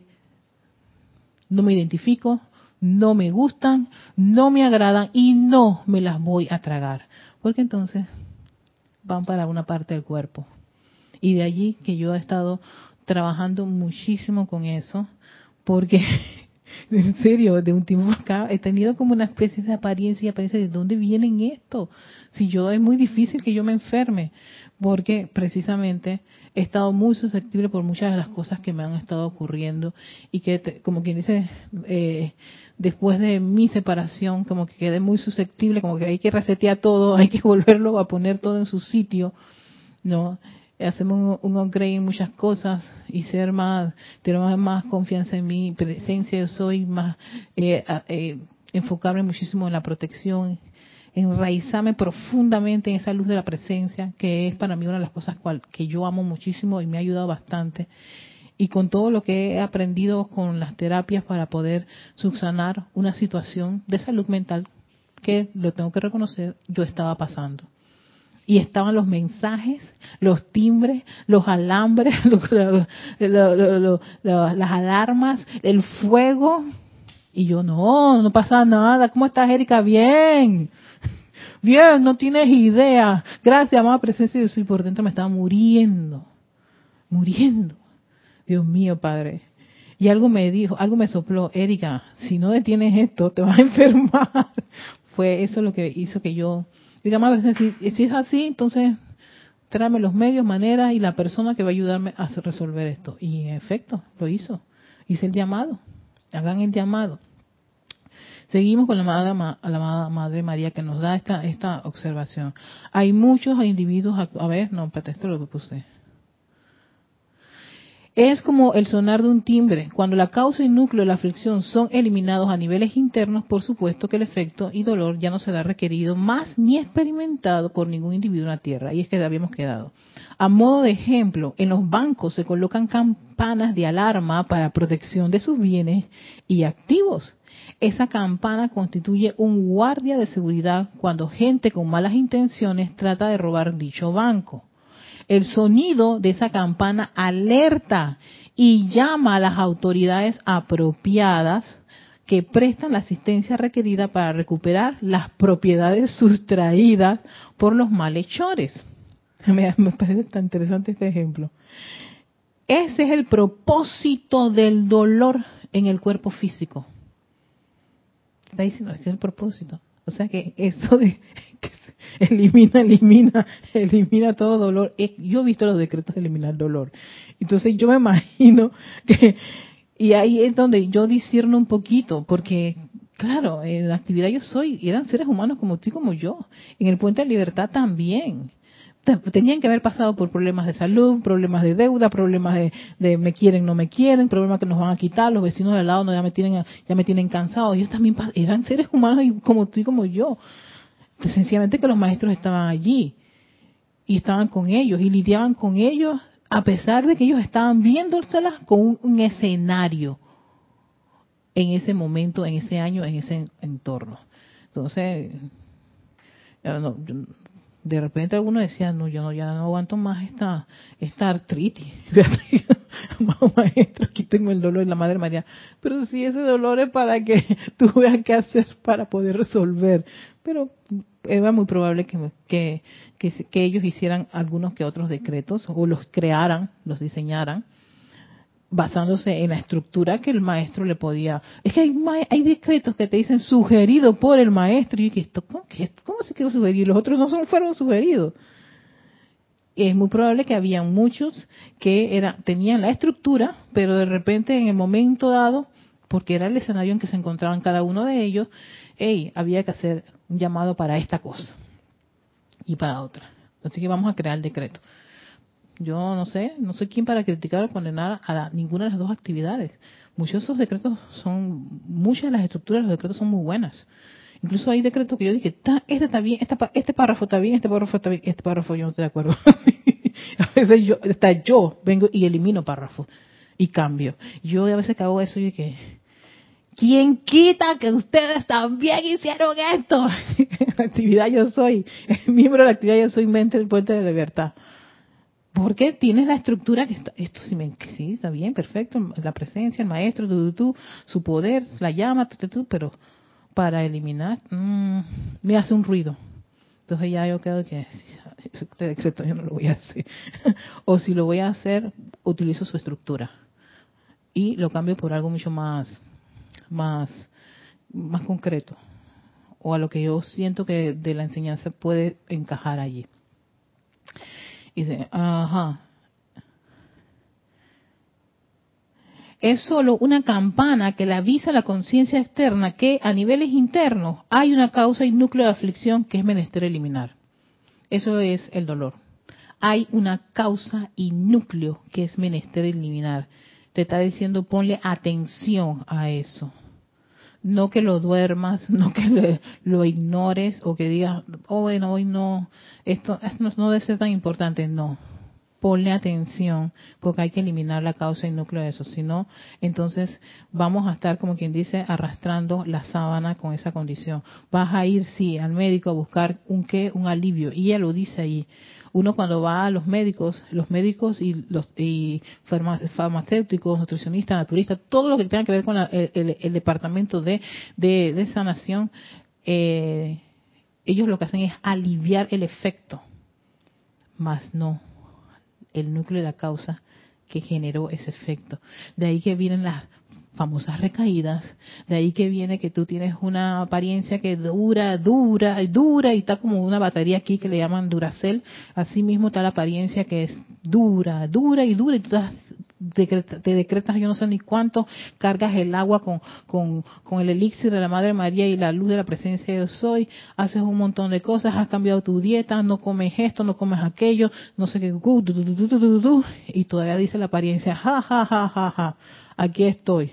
no me identifico, no me gustan, no me agradan y no me las voy a tragar. Porque entonces van para una parte del cuerpo. Y de allí que yo he estado trabajando muchísimo con eso, porque en serio, de un tiempo acá he tenido como una especie de apariencia y apariencia de dónde vienen esto. Si yo es muy difícil que yo me enferme, porque precisamente he estado muy susceptible por muchas de las cosas que me han estado ocurriendo y que, te, como quien dice, eh, después de mi separación, como que quedé muy susceptible, como que hay que resetear todo, hay que volverlo a poner todo en su sitio, ¿no? Hacemos un, un upgrade en muchas cosas y ser más, tener más, más confianza en mi presencia, yo soy más, eh, eh, enfocarme muchísimo en la protección, enraizarme profundamente en esa luz de la presencia, que es para mí una de las cosas cual, que yo amo muchísimo y me ha ayudado bastante. Y con todo lo que he aprendido con las terapias para poder subsanar una situación de salud mental que, lo tengo que reconocer, yo estaba pasando. Y estaban los mensajes, los timbres, los alambres, los, los, los, los, las alarmas, el fuego. Y yo, no, no pasa nada. ¿Cómo estás, Erika? Bien. Bien, no tienes idea. Gracias, amada presencia. Yo soy por dentro, me estaba muriendo. Muriendo. Dios mío, Padre. Y algo me dijo, algo me sopló, Erika, si no detienes esto, te vas a enfermar. Fue eso lo que hizo que yo... Diga, amada presencia, si, si es así, entonces tráeme los medios, maneras y la persona que va a ayudarme a resolver esto. Y en efecto, lo hizo. Hice el llamado. Hagan el llamado. Seguimos con la amada, la amada Madre María que nos da esta esta observación. Hay muchos individuos, a ver, no, espérate, esto es lo que puse. Es como el sonar de un timbre. Cuando la causa y núcleo de la aflicción son eliminados a niveles internos, por supuesto que el efecto y dolor ya no será requerido más ni experimentado por ningún individuo en la Tierra. Y es que habíamos quedado. A modo de ejemplo, en los bancos se colocan campanas de alarma para protección de sus bienes y activos. Esa campana constituye un guardia de seguridad cuando gente con malas intenciones trata de robar dicho banco. El sonido de esa campana alerta y llama a las autoridades apropiadas que prestan la asistencia requerida para recuperar las propiedades sustraídas por los malhechores. Me, me parece tan interesante este ejemplo. Ese es el propósito del dolor en el cuerpo físico. Está diciendo, es que es el propósito. O sea que eso de que elimina, elimina, elimina todo dolor. Yo he visto los decretos de eliminar dolor. Entonces yo me imagino que, y ahí es donde yo discierno un poquito, porque claro, en la actividad yo soy, eran seres humanos como tú y como yo. En el Puente de Libertad también. Tenían que haber pasado por problemas de salud, problemas de deuda, problemas de, de me quieren, no me quieren, problemas que nos van a quitar, los vecinos de al lado no, ya me tienen ya me tienen cansado. Ellos también eran seres humanos como tú y como yo. Sencillamente que los maestros estaban allí y estaban con ellos y lidiaban con ellos a pesar de que ellos estaban viéndoselas con un, un escenario en ese momento, en ese año, en ese entorno. Entonces, no, yo, De repente algunos decían, no, yo no, ya no aguanto más esta, esta artritis. Maestro, aquí tengo el dolor de la Madre María. Pero si ese dolor es para que tú veas qué hacer para poder resolver. Pero era muy probable que, que, que, que ellos hicieran algunos que otros decretos, o los crearan, los diseñaran, basándose en la estructura que el maestro le podía. Es que hay, hay decretos que te dicen sugerido por el maestro, y que esto, ¿cómo, que, ¿cómo se quedó sugerido? Los otros no son, fueron sugeridos. Es muy probable que había muchos que era, tenían la estructura, pero de repente en el momento dado, porque era el escenario en que se encontraban cada uno de ellos, hey, había que hacer un llamado para esta cosa y para otra. Así que vamos a crear el decreto. Yo no sé, no sé quién para criticar o condenar a la, ninguna de las dos actividades. Muchos de esos decretos son, muchas de las estructuras de los decretos son muy buenas. Incluso hay decretos que yo dije, este está bien, esta, este párrafo está bien, este párrafo está bien, este párrafo yo no estoy de acuerdo. A veces yo, hasta yo vengo y elimino párrafos y cambio. Yo a veces que hago eso y dije, ¿quién quita que ustedes también hicieron esto? La actividad yo soy, miembro de la actividad yo soy mente del puente de la libertad. Porque tienes la estructura que está, esto sí, me, que sí está bien, perfecto, la presencia, el maestro, tú, tú, tú, su poder, la llama, tú, tú, tú, pero para eliminar, mmm, me hace un ruido. Entonces ya yo quedo que este decreto yo no lo voy a hacer. O si lo voy a hacer, utilizo su estructura y lo cambio por algo mucho más, más, más concreto, o a lo que yo siento que de la enseñanza puede encajar allí. Y dice, ajá. Es solo una campana que le avisa a la conciencia externa que a niveles internos hay una causa y núcleo de aflicción que es menester eliminar. Eso es el dolor. Hay una causa y núcleo que es menester eliminar. Te está diciendo ponle atención a eso. No que lo duermas, no que le, lo ignores o que digas, oh bueno, hoy no, esto, esto no debe ser tan importante. No, ponle atención porque hay que eliminar la causa y núcleo de eso. Si no, entonces vamos a estar, como quien dice, arrastrando la sábana con esa condición. Vas a ir, sí, al médico a buscar un qué, un alivio. Y ella lo dice ahí. Uno cuando va a los médicos, los médicos y los y farmacéuticos, nutricionistas, naturistas, todo lo que tenga que ver con la, el, el, el departamento de, de, de sanación, eh, ellos lo que hacen es aliviar el efecto, más no el núcleo de la causa que generó ese efecto. De ahí que vienen las famosas recaídas, de ahí que viene que tú tienes una apariencia que dura, dura, y dura, y está como una batería aquí que le llaman Duracell, así mismo está la apariencia que es dura, dura y dura, y tú estás, te decretas yo no sé ni cuánto, cargas el agua con, con, con el elixir de la Madre María y la luz de la presencia de Yo Soy, haces un montón de cosas, has cambiado tu dieta, no comes esto, no comes aquello, no sé qué, y todavía dice la apariencia, ja, ja, ja, ja, ja, aquí estoy.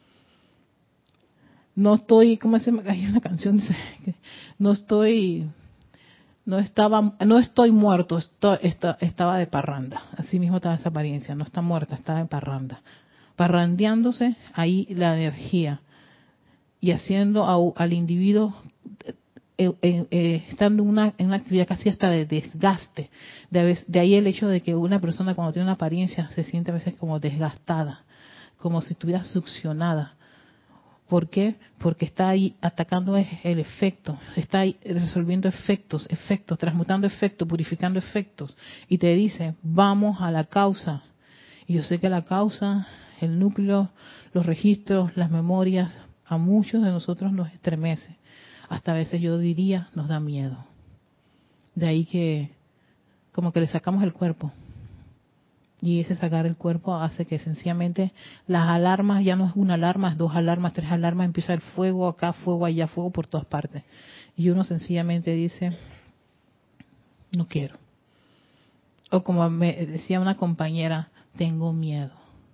No estoy, ¿cómo se me hay una canción? Dice, no estoy, no estaba, no estoy muerto, estoy, está, estaba de parranda. Así mismo estaba esa apariencia, no está muerta, estaba de parranda. Parrandeándose ahí la energía y haciendo a, al individuo, eh, eh, eh, estando una, en una actividad casi hasta de desgaste. De, de ahí el hecho de que una persona cuando tiene una apariencia se siente a veces como desgastada, como si estuviera succionada. ¿Por qué? Porque está ahí atacando el efecto, está ahí resolviendo efectos, efectos, transmutando efectos, purificando efectos. Y te dice, vamos a la causa. Y yo sé que la causa, el núcleo, los registros, las memorias, a muchos de nosotros nos estremece. Hasta a veces yo diría, nos da miedo. De ahí que como que le sacamos el cuerpo. Y ese sacar el cuerpo hace que sencillamente las alarmas, ya no es una alarma, es dos alarmas, tres alarmas, empieza el fuego acá, fuego allá, fuego por todas partes. Y uno sencillamente dice, no quiero. O como me decía una compañera, tengo miedo.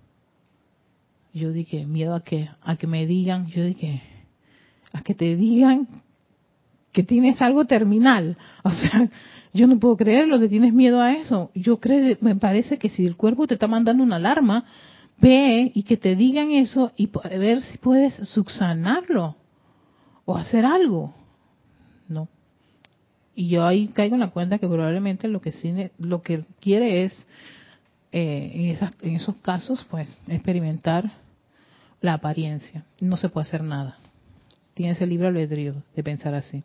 Yo dije, ¿miedo a qué? A que me digan, yo dije, a que te digan que tienes algo terminal. O sea, yo no puedo creerlo, que tienes miedo a eso. Yo creo, me parece que si el cuerpo te está mandando una alarma, ve y que te digan eso y ver si puedes subsanarlo o hacer algo. No. Y yo ahí caigo en la cuenta que probablemente lo que cine, lo que quiere es, eh, en, esas, en esos casos, pues, experimentar la apariencia. No se puede hacer nada. Tiene ese libre albedrío de pensar así.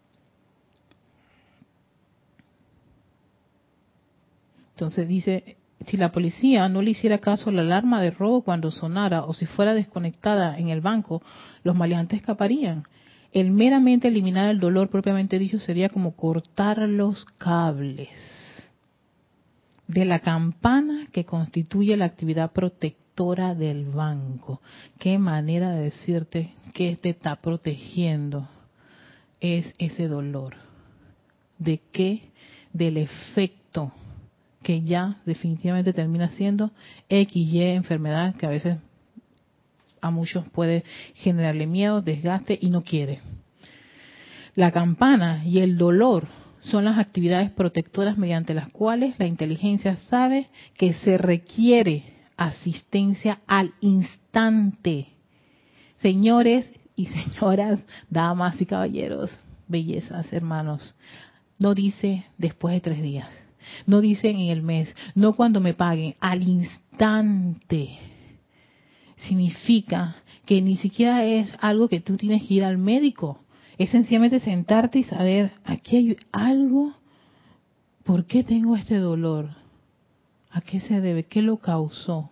Entonces dice, si la policía no le hiciera caso a la alarma de robo cuando sonara o si fuera desconectada en el banco, los maleantes escaparían. El meramente eliminar el dolor propiamente dicho sería como cortar los cables de la campana que constituye la actividad protectora del banco. Qué manera de decirte que te está protegiendo es ese dolor. ¿De qué? Del efecto que ya definitivamente termina siendo X Y enfermedad que a veces a muchos puede generarle miedo, desgaste y no quiere. La campana y el dolor son las actividades protectoras mediante las cuales la inteligencia sabe que se requiere asistencia al instante. Señores y señoras, damas y caballeros, bellezas, hermanos, no dice después de tres días. No dicen en el mes, no cuando me paguen, al instante. Significa que ni siquiera es algo que tú tienes que ir al médico. Es sencillamente sentarte y saber, aquí hay algo, ¿por qué tengo este dolor? ¿A qué se debe? ¿Qué lo causó?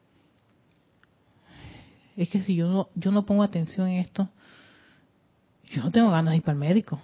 Es que si yo no, yo no pongo atención en esto, yo no tengo ganas de ir para el médico.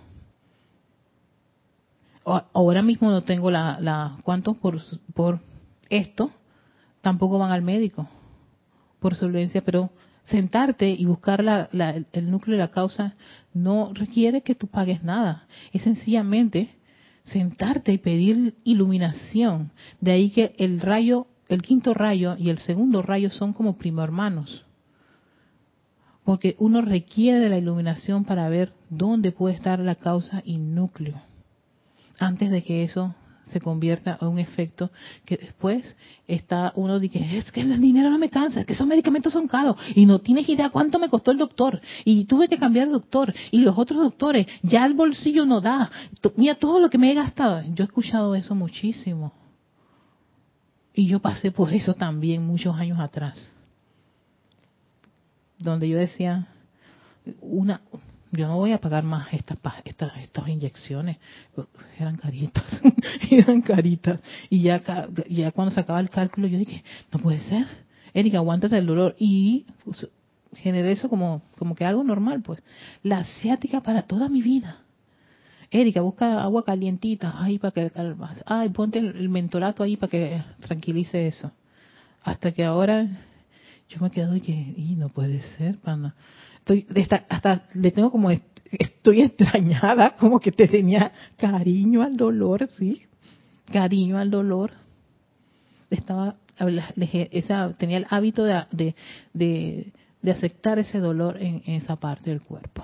Ahora mismo no tengo la, la ¿cuántos por, por esto? Tampoco van al médico por solvencia, pero sentarte y buscar la, la, el núcleo de la causa no requiere que tú pagues nada. Es sencillamente sentarte y pedir iluminación. De ahí que el rayo, el quinto rayo y el segundo rayo son como primo hermanos. Porque uno requiere de la iluminación para ver dónde puede estar la causa y núcleo, antes de que eso se convierta en un efecto que después está uno de que es que el dinero no me cansa, es que esos medicamentos son caros y no tienes idea cuánto me costó el doctor y tuve que cambiar de doctor y los otros doctores, ya el bolsillo no da, mira todo lo que me he gastado. Yo he escuchado eso muchísimo y yo pasé por eso también muchos años atrás, donde yo decía, una yo no voy a pagar más estas estas estas inyecciones, eran caritas, eran caritas, y ya ya cuando sacaba el cálculo yo dije, no puede ser, Erika, aguántate el dolor, y pues, generé eso como como que algo normal, pues, la asiática para toda mi vida. Erika, busca agua calientita, ahí para que calmas, ay, ponte el, el mentolato ahí para que tranquilice eso, hasta que ahora yo me quedo y que, y no puede ser, pana. Estoy, hasta, hasta le tengo como, estoy extrañada, como que te tenía cariño al dolor, sí, cariño al dolor. Estaba, esa, tenía el hábito de, de, de, de aceptar ese dolor en, en esa parte del cuerpo.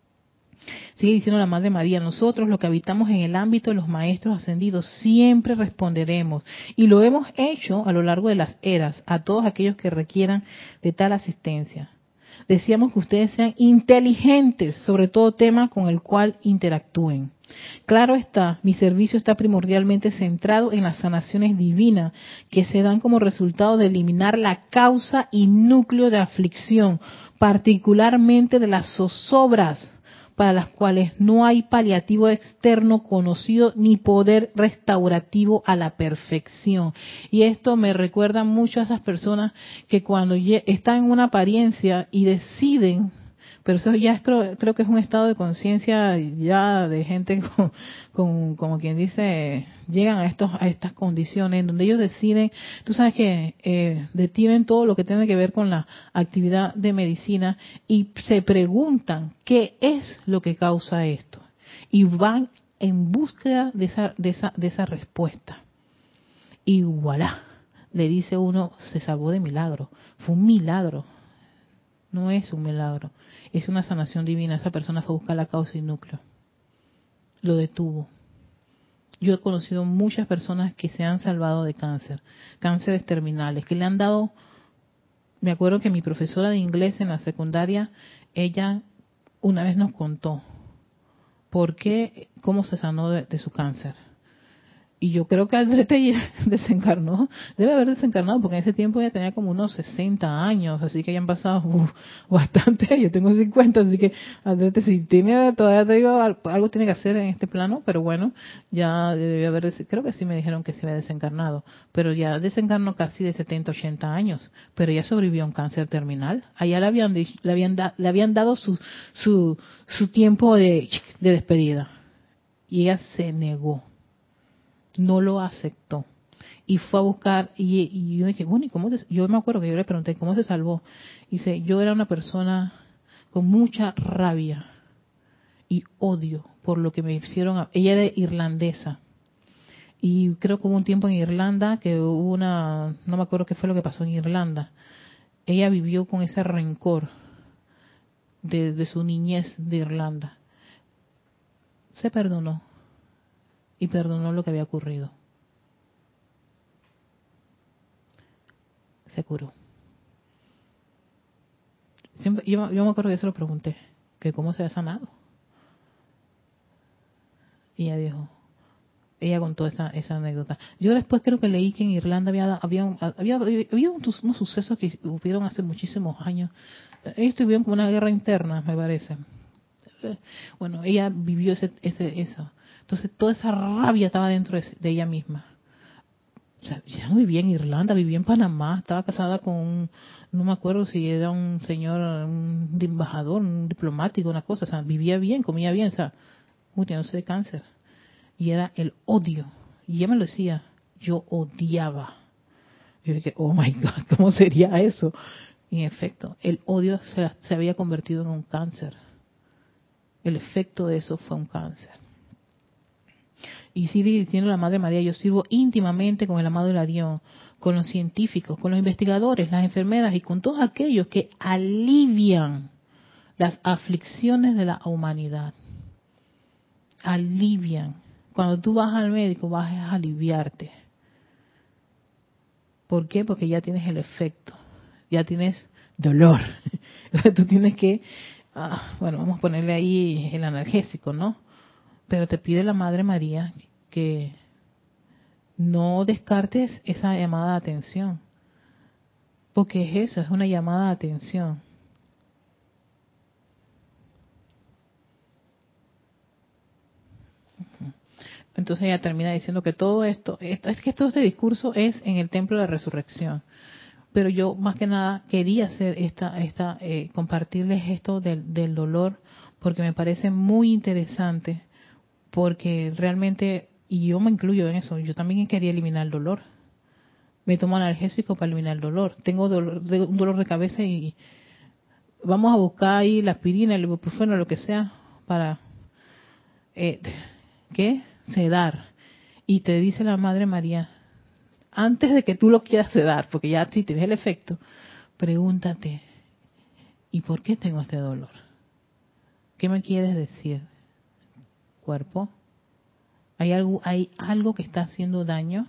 Sigue diciendo la Madre María, nosotros los que habitamos en el ámbito de los maestros ascendidos siempre responderemos, y lo hemos hecho a lo largo de las eras a todos aquellos que requieran de tal asistencia. Decíamos que ustedes sean inteligentes sobre todo tema con el cual interactúen. Claro está, mi servicio está primordialmente centrado en las sanaciones divinas que se dan como resultado de eliminar la causa y núcleo de aflicción, particularmente de las zozobras, para las cuales no hay paliativo externo conocido ni poder restaurativo a la perfección. Y esto me recuerda mucho a esas personas que cuando están en una apariencia y deciden, pero eso ya es, creo, creo que es un estado de conciencia ya de gente con, con, como quien dice, llegan a estos a estas condiciones en donde ellos deciden, tú sabes que eh, detienen todo lo que tiene que ver con la actividad de medicina y se preguntan qué es lo que causa esto y van en búsqueda de esa de esa de esa respuesta y voilà, le dice uno, se salvó de milagro, fue un milagro. No es un milagro, es una sanación divina. Esa persona fue a buscar la causa y núcleo, lo detuvo. Yo he conocido muchas personas que se han salvado de cáncer, cánceres terminales, que le han dado, me acuerdo que mi profesora de inglés en la secundaria, ella una vez nos contó, por qué, cómo se sanó de, de su cáncer. Y yo creo que Aldrete desencarnó, debe haber desencarnado, porque en ese tiempo ella tenía como unos sesenta años, así que ya han pasado uf, bastante, yo tengo cincuenta, así que Aldrete si tiene, todavía te digo, algo tiene que hacer en este plano, pero bueno, ya debe haber, creo que sí me dijeron que se había desencarnado, pero ya desencarnó casi de setenta, ochenta años, pero ella sobrevivió a un cáncer terminal, allá le habían, le habían, da, le habían dado su, su, su tiempo de, de despedida, y ella se negó. No lo aceptó y fue a buscar y, y yo dije, bueno, ¿y cómo te, yo me acuerdo que yo le pregunté cómo se salvó? Y dice, yo era una persona con mucha rabia y odio por lo que me hicieron a, ella era irlandesa y creo que hubo un tiempo en Irlanda que hubo una, no me acuerdo qué fue lo que pasó en Irlanda, ella vivió con ese rencor de, de su niñez de Irlanda, se perdonó y perdonó lo que había ocurrido. Se curó. Siempre, yo, yo me acuerdo que yo se lo pregunté, que cómo se había sanado. Y ella dijo, ella contó esa, esa anécdota. Yo después creo que leí que en Irlanda había había, un, había, había unos, unos sucesos que hubieron hace muchísimos años. Ellos tuvieron como una guerra interna, me parece. Bueno, ella vivió ese, ese eso. Entonces toda esa rabia estaba dentro de, de ella misma. O sea, ya no vivía en Irlanda, vivía en Panamá, estaba casada con un, no me acuerdo si era un señor, un embajador, un diplomático, una cosa, o sea, vivía bien, comía bien, o sea, muriéndose de cáncer. Y era el odio. Y ella me lo decía, yo odiaba. Yo dije, oh my God, ¿cómo sería eso? Y en efecto, el odio se, se había convertido en un cáncer. El efecto de eso fue un cáncer. Y sigue diciendo la Madre María, yo sirvo íntimamente con el amado Hilarión, con los científicos, con los investigadores, las enfermeras y con todos aquellos que alivian las aflicciones de la humanidad. Alivian. Cuando tú vas al médico vas a aliviarte. ¿Por qué? Porque ya tienes el efecto, ya tienes dolor. Tú tienes que, ah, bueno, vamos a ponerle ahí el analgésico, ¿no? Pero te pide la Madre María que no descartes esa llamada de atención, porque es eso, es una llamada de atención. Entonces ella termina diciendo que todo esto, esto, es que todo este discurso es en el templo de la resurrección. Pero yo más que nada quería hacer esta, esta, eh, compartirles esto del, del dolor, porque me parece muy interesante, porque realmente, y yo me incluyo en eso, yo también quería eliminar el dolor. Me tomo analgésico para eliminar el dolor. Tengo dolor, de, un dolor de cabeza y vamos a buscar ahí la aspirina, el ibuprofeno, lo que sea, para, eh, ¿qué? Sedar. Y te dice la Madre María, antes de que tú lo quieras sedar, porque ya si tienes el efecto, pregúntate, ¿y por qué tengo este dolor? ¿Qué me quieres decir, cuerpo? ¿Hay algo, hay algo que está haciendo daño?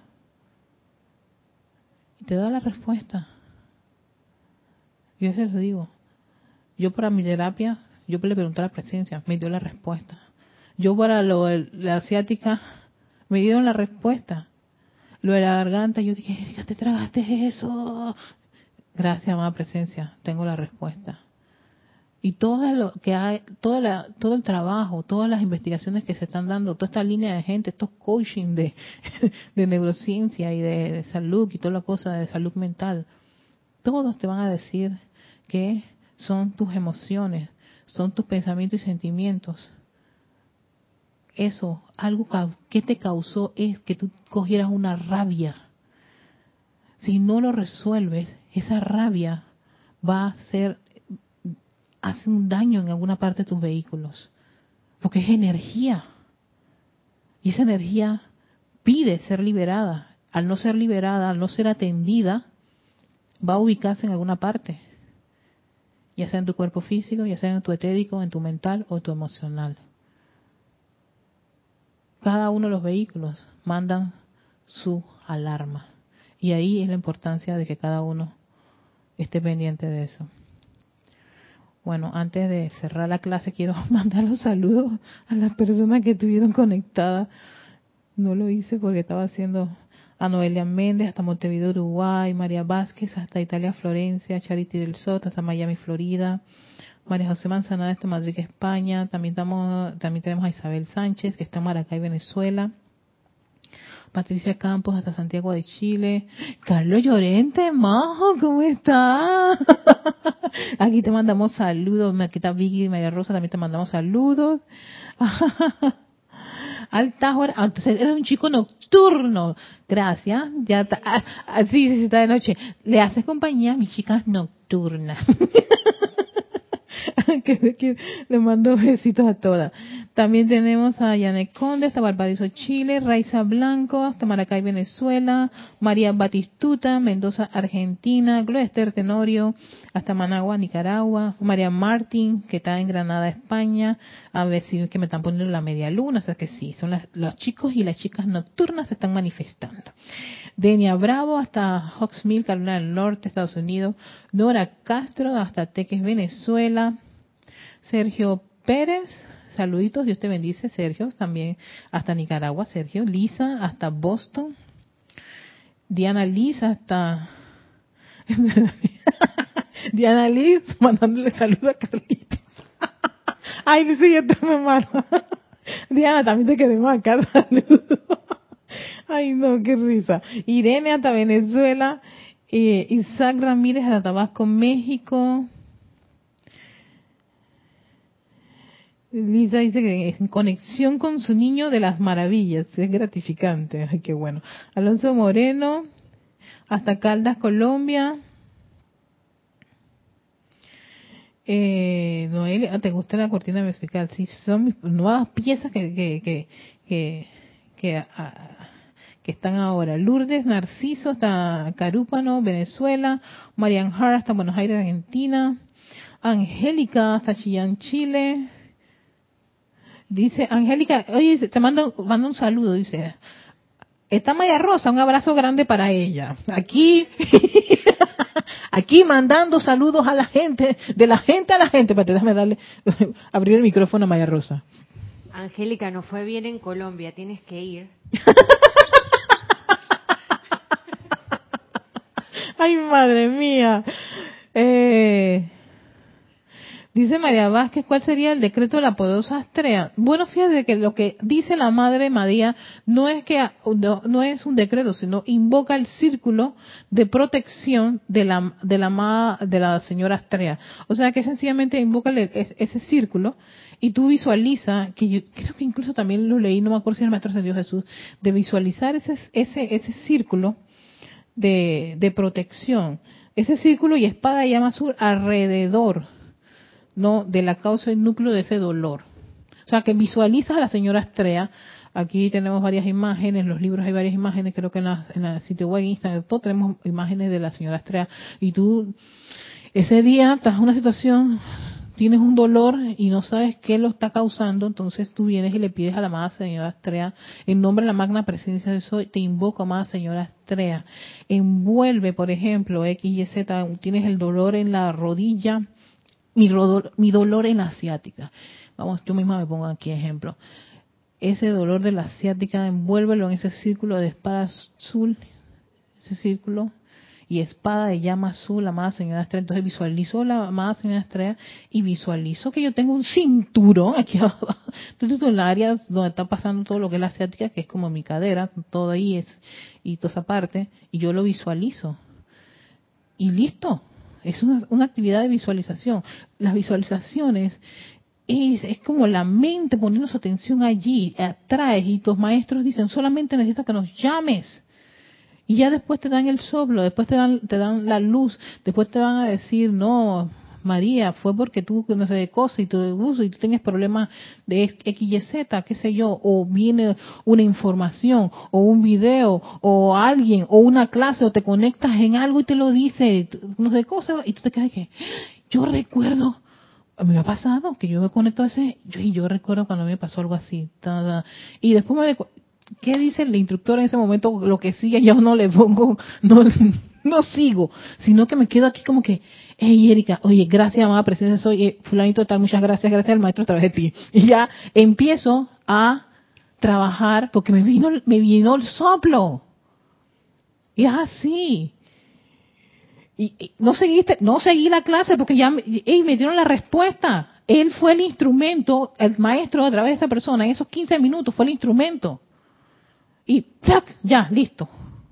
Y te da la respuesta. Yo se lo digo. Yo para mi terapia, yo le pregunté a la presencia, me dio la respuesta. Yo para lo, la asiática, me dieron la respuesta. Lo de la garganta, yo dije, Erika, te tragaste eso. Gracias, amada presencia, tengo la respuesta. Y todo lo que hay, toda la, todo el trabajo, todas las investigaciones que se están dando, toda esta línea de gente, estos coaching de, de neurociencia y de, de salud y toda la cosa de salud mental, todos te van a decir que son tus emociones, son tus pensamientos y sentimientos. Eso, algo que te causó es que tú cogieras una rabia. Si no lo resuelves, esa rabia va a ser, hace un daño en alguna parte de tus vehículos. Porque es energía. Y esa energía pide ser liberada. Al no ser liberada, al no ser atendida, va a ubicarse en alguna parte. Ya sea en tu cuerpo físico, ya sea en tu etérico, en tu mental o tu emocional. Cada uno de los vehículos mandan su alarma. Y ahí es la importancia de que cada uno esté pendiente de eso. Bueno, antes de cerrar la clase quiero mandar los saludos a las personas que estuvieron conectadas. No lo hice porque estaba haciendo a Noelia Méndez hasta Montevideo, Uruguay, María Vázquez hasta Italia, Florencia, Charity del Soto hasta Miami, Florida, María José Manzanada hasta Madrid, España. También estamos, también tenemos a Isabel Sánchez que está en Maracay, Venezuela. Patricia Campos hasta Santiago de Chile. Carlos Llorente, majo, ¿cómo está? Aquí te mandamos saludos. Aquí está Vicky y María Rosa, también te mandamos saludos. Altajor, entonces era un chico nocturno. Gracias. Ya está. Ah, ah, sí, sí, sí, está de noche. Le haces compañía a mis chicas nocturnas. que, que le mando besitos a todas. También tenemos a Yanek Conde hasta Valparaíso, Chile, Raiza Blanco hasta Maracay, Venezuela, María Batistuta, Mendoza, Argentina, Gloria Esther Tenorio hasta Managua, Nicaragua, María Martín que está en Granada, España. A ver si es que me están poniendo la media luna, o sea que sí, son las, los chicos y las chicas nocturnas se están manifestando. Denia Bravo hasta Hawksmill, Carolina del Norte, Estados Unidos, Nora Castro hasta Teques, Venezuela, Sergio Pérez, saluditos, Dios te bendice, Sergio, también hasta Nicaragua, Sergio, Lisa hasta Boston, Diana Liz hasta Diana Liz mandándole saludos a Carlitos. Ay, dice, ya te me mata. Diana, también te queremos acá, saludos. Ay, no, qué risa. Irene hasta Venezuela, eh, Isaac Ramírez hasta Tabasco, México. Lisa dice que es en conexión con su niño de las maravillas, es gratificante. Ay, qué bueno. Alonso Moreno hasta Caldas, Colombia. Eh, Noelia, ¿te gusta la cortina musical? Sí, son mis nuevas piezas que que que que, que ah, que están ahora. Lourdes Narciso hasta Carúpano, Venezuela. Marian Hart hasta Buenos Aires, Argentina. Angélica hasta Chillán, Chile. Dice, Angélica, oye, te mando, mando un saludo, dice. Está Maya Rosa, un abrazo grande para ella. Aquí, aquí mandando saludos a la gente, de la gente a la gente. Espérate, déjame darle, abrir el micrófono a Maya Rosa. Angélica, no fue bien en Colombia, tienes que ir. Ay, madre mía. Eh, dice María Vázquez, ¿cuál sería el decreto de la poderosa Astrea? Bueno, fíjate que lo que dice la Madre María no es que no, no es un decreto, sino invoca el círculo de protección de la de la de la señora Astrea. O sea que sencillamente invoca el, ese círculo y tú visualiza, que yo creo que incluso también lo leí, no me acuerdo si el Maestro Ascendido Jesús, de visualizar ese ese ese círculo de, de protección, ese círculo y espada de llama azul alrededor, no, de la causa y núcleo de ese dolor. O sea, que visualizas a la señora Astrea. Aquí tenemos varias imágenes, en los libros hay varias imágenes, creo que en la, en la sitio web, Instagram, todo tenemos imágenes de la señora Astrea. Y tú, ese día, estás en una situación, tienes un dolor y no sabes qué lo está causando, entonces tú vienes y le pides a la amada señora Astrea, en nombre de la magna presencia de Soy, te invoco, amada señora Astrea. Envuelve, por ejemplo, X Y Z, tienes el dolor en la rodilla, mi, rodor, mi dolor en la asiática. Vamos, yo misma me pongo aquí ejemplo. Ese dolor de la asiática, envuélvelo en ese círculo de espada azul, ese círculo, y espada de llama azul, la amada señora Astrea. Entonces visualizo la amada señora Astrea y visualizo que yo tengo un cinturón aquí abajo, en el área donde está pasando todo lo que es la asiática, que es como mi cadera, todo ahí es, y toda esa parte, y yo lo visualizo. Y listo. Es una, una actividad de visualización. Las visualizaciones es, es como la mente poniendo su atención allí, atraes, y tus maestros dicen, solamente necesitas que nos llames. Y ya después te dan el soplo, después te dan, te dan la luz, después te van a decir, no, María, fue porque tú no sé de cosas y tu uso y tú tenías problemas de X Y Z, qué sé yo, o viene una información, o un video, o alguien, o una clase, o te conectas en algo y te lo dice, no sé de cosas, y tú te quedas que, yo recuerdo, a mí me ha pasado que yo me conecto a ese, yo, y yo recuerdo cuando me pasó algo así, ta, ta, y después me qué dice el instructor en ese momento, lo que sigue, yo no le pongo, no, no sigo, sino que me quedo aquí como que, hey Erika, oye, gracias amada presencia, soy eh, fulanito de tal, muchas gracias, gracias al maestro a través de ti. Y ya empiezo a trabajar porque me vino, me vino el soplo. Y es así. Y, y no seguiste, no seguí la clase porque ya me, y me dieron la respuesta. Él fue el instrumento, el maestro a través de esa persona, en esos quince minutos fue el instrumento. Y ¡plac! Ya, listo.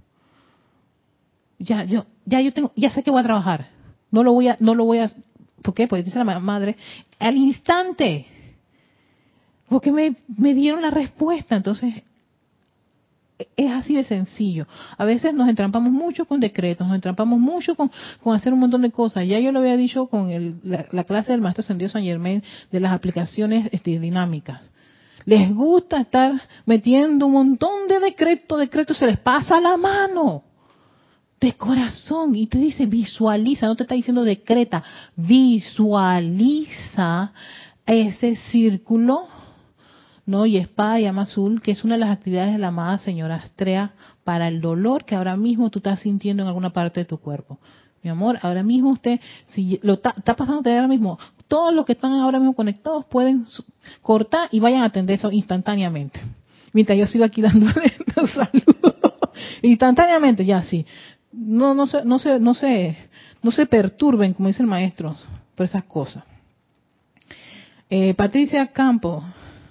Ya, yo, ya yo tengo, ya sé que voy a trabajar. No lo voy a, no lo voy a, ¿por qué? Porque dice la madre, al instante. Porque me, me dieron la respuesta. Entonces, es así de sencillo. A veces nos entrampamos mucho con decretos, nos entrampamos mucho con, con hacer un montón de cosas. Ya yo lo había dicho con el, la, la clase del Maestro Ascendido San Germain de las aplicaciones este, dinámicas. Les gusta estar metiendo un montón de decretos, decretos, se les pasa la mano de corazón y te dice visualiza, no te está diciendo decreta, visualiza ese círculo, ¿no? Y espada y llama azul, que es una de las actividades de la amada señora Astrea para el dolor que ahora mismo tú estás sintiendo en alguna parte de tu cuerpo. Mi amor, ahora mismo usted, si lo está, está pasando ahora mismo, todos los que están ahora mismo conectados pueden cortar y vayan a atender eso instantáneamente. Mientras yo sigo aquí dándole los saludos. Instantáneamente, ya sí. No, no se, no se, no se, no se perturben, como dice el maestro, por esas cosas. Eh, Patricia Campo.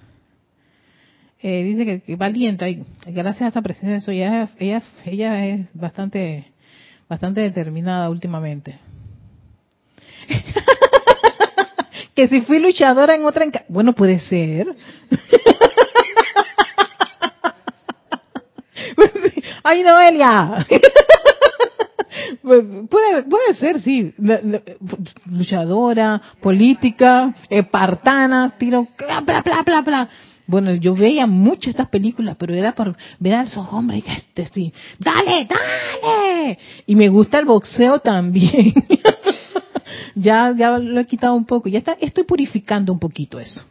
Eh, dice que, que valiente, ay, gracias a esta presencia, eso ella, ella, ella es bastante, bastante determinada últimamente. Que si fui luchadora en otra, enca bueno, puede ser. Ay, Noelia. Puede, puede ser, sí, luchadora, política, espartana, tiro, bla, bla, bla, bla, bla. Bueno, yo veía mucho estas películas, pero era por ver a esos hombres que este sí, dale, dale. Y me gusta el boxeo también. ya, ya lo he quitado un poco, ya está, estoy purificando un poquito eso.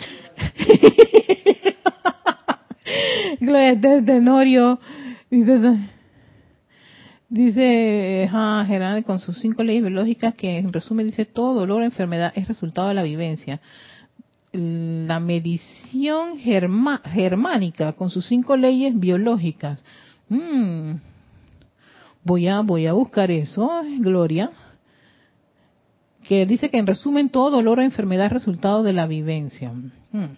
Gloria de Tenorio. Dice ah, Gerard con sus cinco leyes biológicas que en resumen dice todo dolor o enfermedad es resultado de la vivencia. La medición germa, germánica con sus cinco leyes biológicas. Mm, voy a voy a buscar eso, Gloria. Que dice que en resumen todo dolor o enfermedad es resultado de la vivencia. Mm.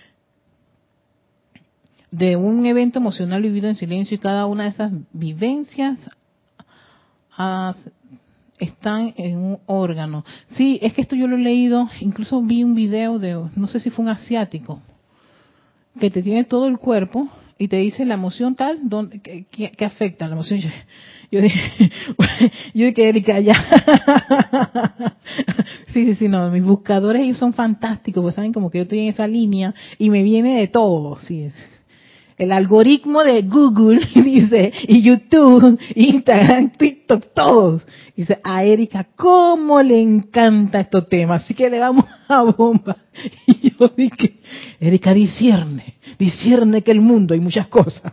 De un evento emocional vivido en silencio y cada una de esas vivencias ah, están en un órgano. Sí, es que esto yo lo he leído, incluso vi un video de, no sé si fue un asiático, que te tiene todo el cuerpo y te dice la emoción tal, donde, que, que, que afecta la emoción. Yo, yo dije, yo dije, Erika, ya. Sí, sí, sí, no, mis buscadores ellos son fantásticos, pues saben como que yo estoy en esa línea y me viene de todo, sí es. El algoritmo de Google, dice, y YouTube, Instagram, TikTok, todos. Dice, a Erika, ¿cómo le encanta estos temas? Así que le vamos a bomba. Y yo dije, Erika, discierne, discierne que el mundo hay muchas cosas.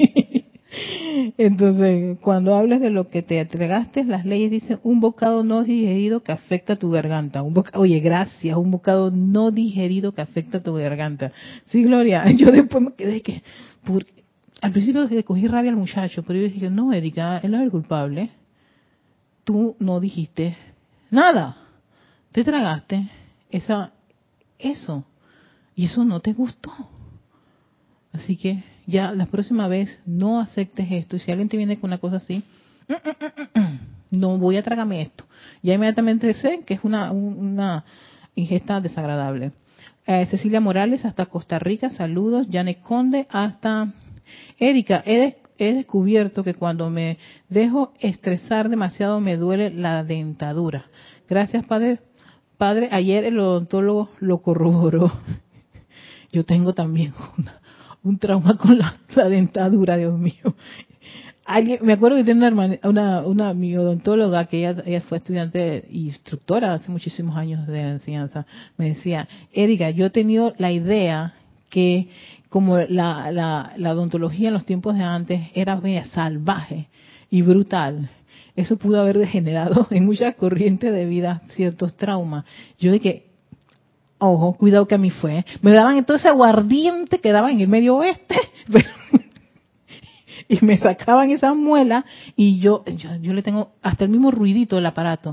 Entonces, cuando hablas de lo que te entregaste, las leyes dicen un bocado no digerido que afecta tu garganta. Un bocado, oye, gracias, un bocado no digerido que afecta tu garganta. Sí, Gloria, yo después me quedé que, por, al principio le cogí rabia al muchacho, pero yo dije, no, Erika, él no es el culpable. Tú no dijiste nada. Te tragaste esa, eso. Y eso no te gustó. Así que ya la próxima vez no aceptes esto. Y si alguien te viene con una cosa así, mm, mm, mm, mm, no voy a tragarme esto. Ya inmediatamente sé que es una, una ingesta desagradable. Eh, Cecilia Morales hasta Costa Rica, saludos. Janet Conde hasta Erika. He, des, he descubierto que cuando me dejo estresar demasiado me duele la dentadura. Gracias, Padre. Padre, ayer el odontólogo lo corroboró. Yo tengo también una un trauma con la, la dentadura, Dios mío. Alguien, me acuerdo que tenía una, hermana, una, una mi odontóloga que ella, ella fue estudiante e instructora hace muchísimos años de enseñanza. Me decía, Erika, yo he tenido la idea que como la, la, la odontología en los tiempos de antes era media salvaje y brutal, eso pudo haber degenerado en muchas corrientes de vida ciertos traumas. Yo de que, ojo, cuidado que a mí fue, me daban todo ese aguardiente que daban en el medio oeste, pero, y me sacaban esas muelas y yo, yo, yo le tengo hasta el mismo ruidito del aparato.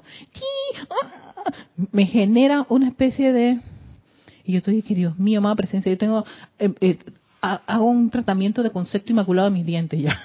Me genera una especie de... Y yo estoy que Dios mío, amada presencia, yo tengo, eh, eh, hago un tratamiento de concepto inmaculado de mis dientes ya.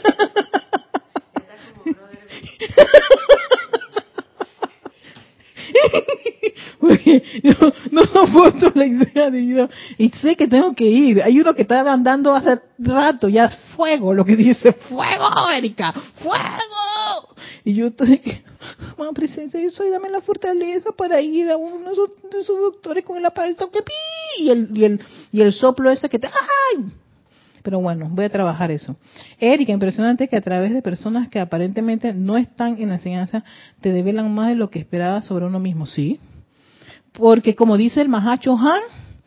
Porque yo no soporto la idea de ir. Y sé que tengo que ir. Hay uno que está andando hace rato, ya fuego, lo que dice, fuego, Erika, fuego. Y yo estoy que, mamá presencia, yo soy, dame la fortaleza para ir a uno de esos doctores con el aparato que pi y el, y el, y el soplo ese que te, ¡ay! Pero bueno, voy a trabajar eso. Erika, impresionante que a través de personas que aparentemente no están en la enseñanza, te develan más de lo que esperabas sobre uno mismo. Sí, porque como dice el Mahacho Han,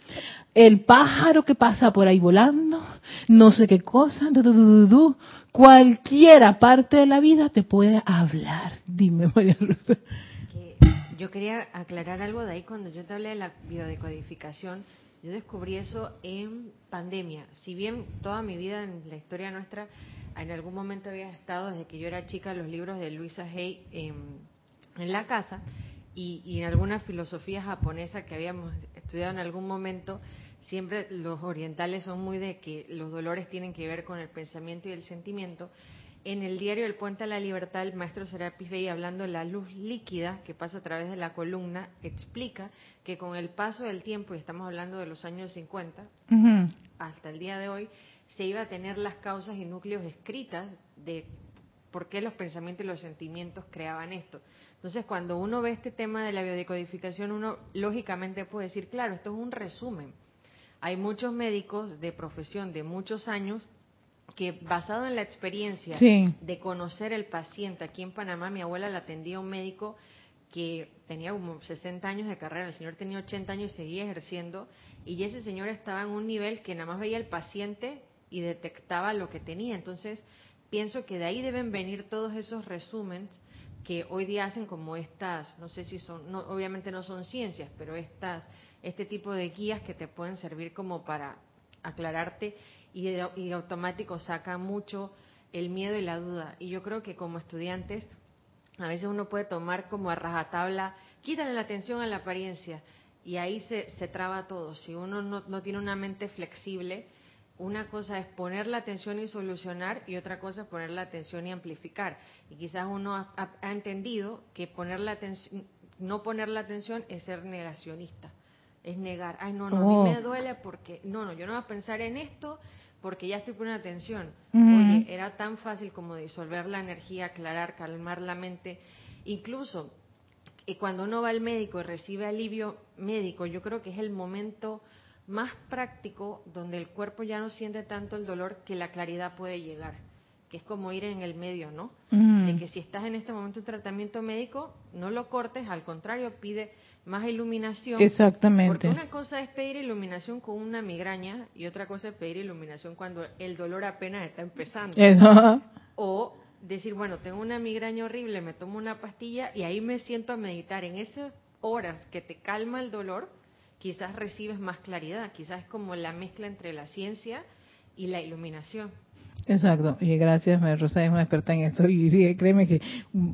el pájaro que pasa por ahí volando, no sé qué cosa, du, du, du, du, cualquiera parte de la vida te puede hablar. Dime, María Rosa. Que yo quería aclarar algo de ahí cuando yo te hablé de la biodecodificación. Yo descubrí eso en pandemia. Si bien toda mi vida en la historia nuestra, en algún momento había estado desde que yo era chica los libros de Louisa Hay en, en la casa y, y en alguna filosofía japonesa que habíamos estudiado en algún momento, siempre los orientales son muy de que los dolores tienen que ver con el pensamiento y el sentimiento. En el diario El Puente a la Libertad, el maestro Serapis Bey, hablando de la luz líquida que pasa a través de la columna, explica que con el paso del tiempo, y estamos hablando de los años cincuenta, uh-huh, hasta el día de hoy, se iba a tener las causas y núcleos escritas de por qué los pensamientos y los sentimientos creaban esto. Entonces, cuando uno ve este tema de la biodecodificación, uno lógicamente puede decir, claro, esto es un resumen. Hay muchos médicos de profesión de muchos años que basado en la experiencia sí. de conocer el paciente, aquí en Panamá mi abuela la atendía un médico que tenía como sesenta años de carrera, el señor tenía ochenta años y seguía ejerciendo, y ese señor estaba en un nivel que nada más veía al paciente y detectaba lo que tenía. Entonces pienso que de ahí deben venir todos esos resúmenes que hoy día hacen como estas, no sé si son, no, obviamente no son ciencias, pero estas, este tipo de guías que te pueden servir como para aclararte. Y, de, y de automático saca mucho el miedo y la duda. Y yo creo que como estudiantes, a veces uno puede tomar como a rajatabla, quítale la atención a la apariencia, y ahí se, se traba todo. Si uno no, no tiene una mente flexible, una cosa es poner la atención y solucionar, y otra cosa es poner la atención y amplificar. Y quizás uno ha, ha, ha entendido que poner la atención, no poner la atención es ser negacionista. Es negar, ay no, no, oh. a mí me duele porque, no, no, yo no voy a pensar en esto porque ya estoy poniendo atención. Uh-huh. Oye, era tan fácil como disolver la energía, aclarar, calmar la mente. Incluso, y cuando uno va al médico y recibe alivio médico, yo creo que es el momento más práctico donde el cuerpo ya no siente tanto el dolor, que la claridad puede llegar. Que es como ir en el medio, ¿no? Uh-huh. De que si estás en este momento de tratamiento médico, no lo cortes, al contrario, pide más iluminación. Exactamente. Porque una cosa es pedir iluminación con una migraña y otra cosa es pedir iluminación cuando el dolor apenas está empezando. Eso. O decir, bueno, tengo una migraña horrible, me tomo una pastilla y ahí me siento a meditar. En esas horas que te calma el dolor, quizás recibes más claridad. Quizás es como la mezcla entre la ciencia y la iluminación. Exacto, y gracias, María Rosa es una experta en esto, y sí, créeme que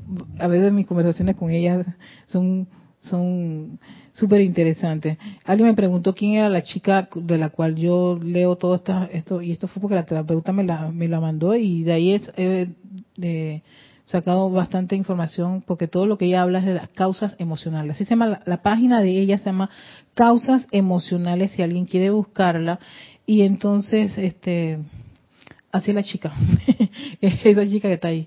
a veces mis conversaciones con ella son son súper interesantes. Alguien me preguntó quién era la chica de la cual yo leo todo esta, esto, y esto fue porque la terapeuta me la, me la mandó, y de ahí he eh, eh, sacado bastante información, porque todo lo que ella habla es de las causas emocionales. Así se llama, la, la página de ella se llama Causas Emocionales, si alguien quiere buscarla, y entonces, este... así es la chica, esa chica que está ahí.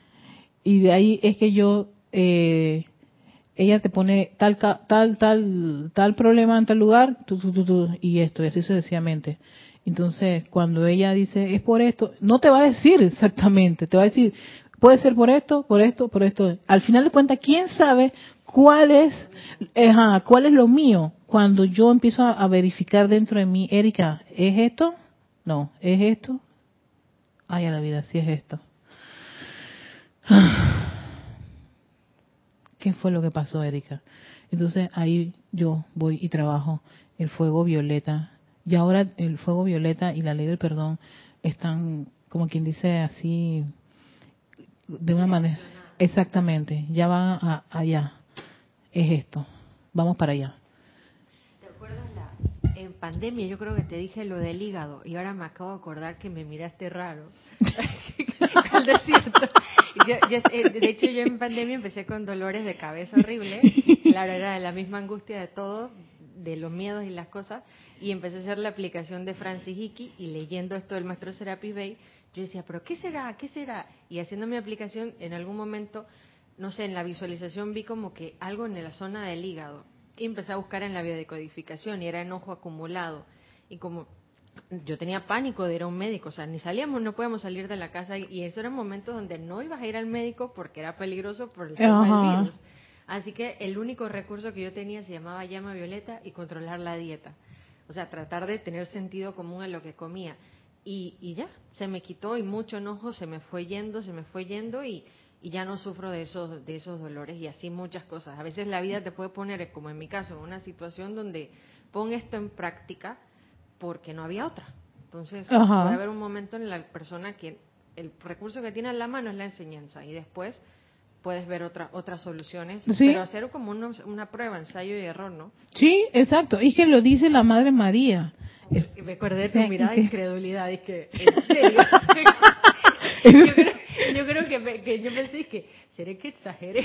Y de ahí es que yo, eh, ella te pone tal, tal, tal, tal problema en tal lugar, tu, tu, tu, tu, y esto, y así sucesivamente. Entonces, cuando ella dice, es por esto, no te va a decir exactamente, te va a decir, Puede ser por esto, por esto, por esto. Al final de cuentas, ¿quién sabe cuál es, eh, ajá, cuál es lo mío? Cuando yo empiezo a, a verificar dentro de mí, Erika, ¿es esto? No, ¿es esto? Ay, a la vida, sí es esto. ¿Qué fue lo que pasó, Erika? Entonces ahí yo voy y trabajo el fuego violeta. Y ahora el fuego violeta y la ley del perdón están, como quien dice así, de una manera. Exactamente, ya va a, allá. Es esto. Vamos para allá. ¿Te acuerdas la, en pandemia yo creo que te dije lo del hígado y ahora me acabo de acordar que me miraste raro? Al desierto. Yo, yo, eh, de hecho yo en pandemia empecé con dolores de cabeza horribles, claro, era la misma angustia de todo, de los miedos y las cosas, y empecé a hacer la aplicación de Francis Hickey y leyendo esto del maestro Serapis Bey, yo decía, pero ¿qué será? ¿Qué será? Y haciendo mi aplicación, en algún momento, no sé, en la visualización vi como que algo en la zona del hígado, y empecé a buscar en la biodecodificación y era enojo acumulado, y como yo tenía pánico de ir a un médico, o sea, ni salíamos, no podíamos salir de la casa, y, y esos eran momentos donde no ibas a ir al médico porque era peligroso por el tema del Ajá. virus. Así que el único recurso que yo tenía se llamaba llama violeta y controlar la dieta. O sea, tratar de tener sentido común en lo que comía. Y, y ya, se me quitó y mucho enojo se me fue yendo, se me fue yendo y, y ya no sufro de esos, de esos dolores y así muchas cosas. A veces la vida te puede poner, como en mi caso, en una situación donde pon esto en práctica porque no había otra. Entonces, Ajá. puede haber un momento en la persona que el recurso que tiene en la mano es la enseñanza y después puedes ver otra, otras soluciones, Sí. pero hacer como una, una prueba, ensayo y error, ¿no? Sí, exacto. Y que lo dice la Madre María. Es que me acordé de tu O sea, mirada de que- incredulidad, es que, en serio. yo, creo, yo creo que, me- que yo pensé, es que, ¿seré que exageré?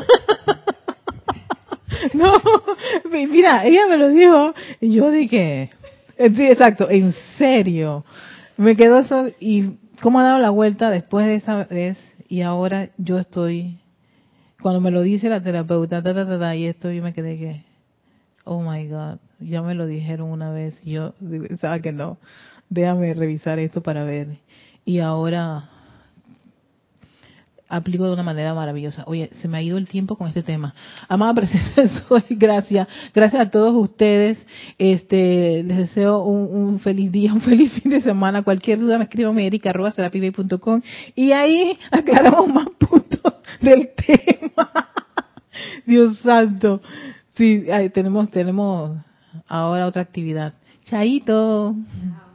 No, mi- mira, ella me lo dijo y yo dije, eh, sí, exacto, en serio. Me quedó eso y cómo ha dado la vuelta después de esa vez y ahora yo estoy, cuando me lo dice la terapeuta, ta, ta, ta, ta, y esto yo me quedé que, oh my God, ya me lo dijeron una vez y yo pensaba que no, déjame revisar esto para ver. Y ahora aplico de una manera maravillosa. Oye, se me ha ido el tiempo con este tema. Amada presencia, soy gracias. Gracias a todos ustedes. Este, les deseo un, un feliz día, un feliz fin de semana. Cualquier duda me escriban a erika arroba serapibay punto com y ahí aclaramos más puntos del tema. Dios santo. Sí, ahí tenemos, tenemos ahora otra actividad. Chaito. Chao.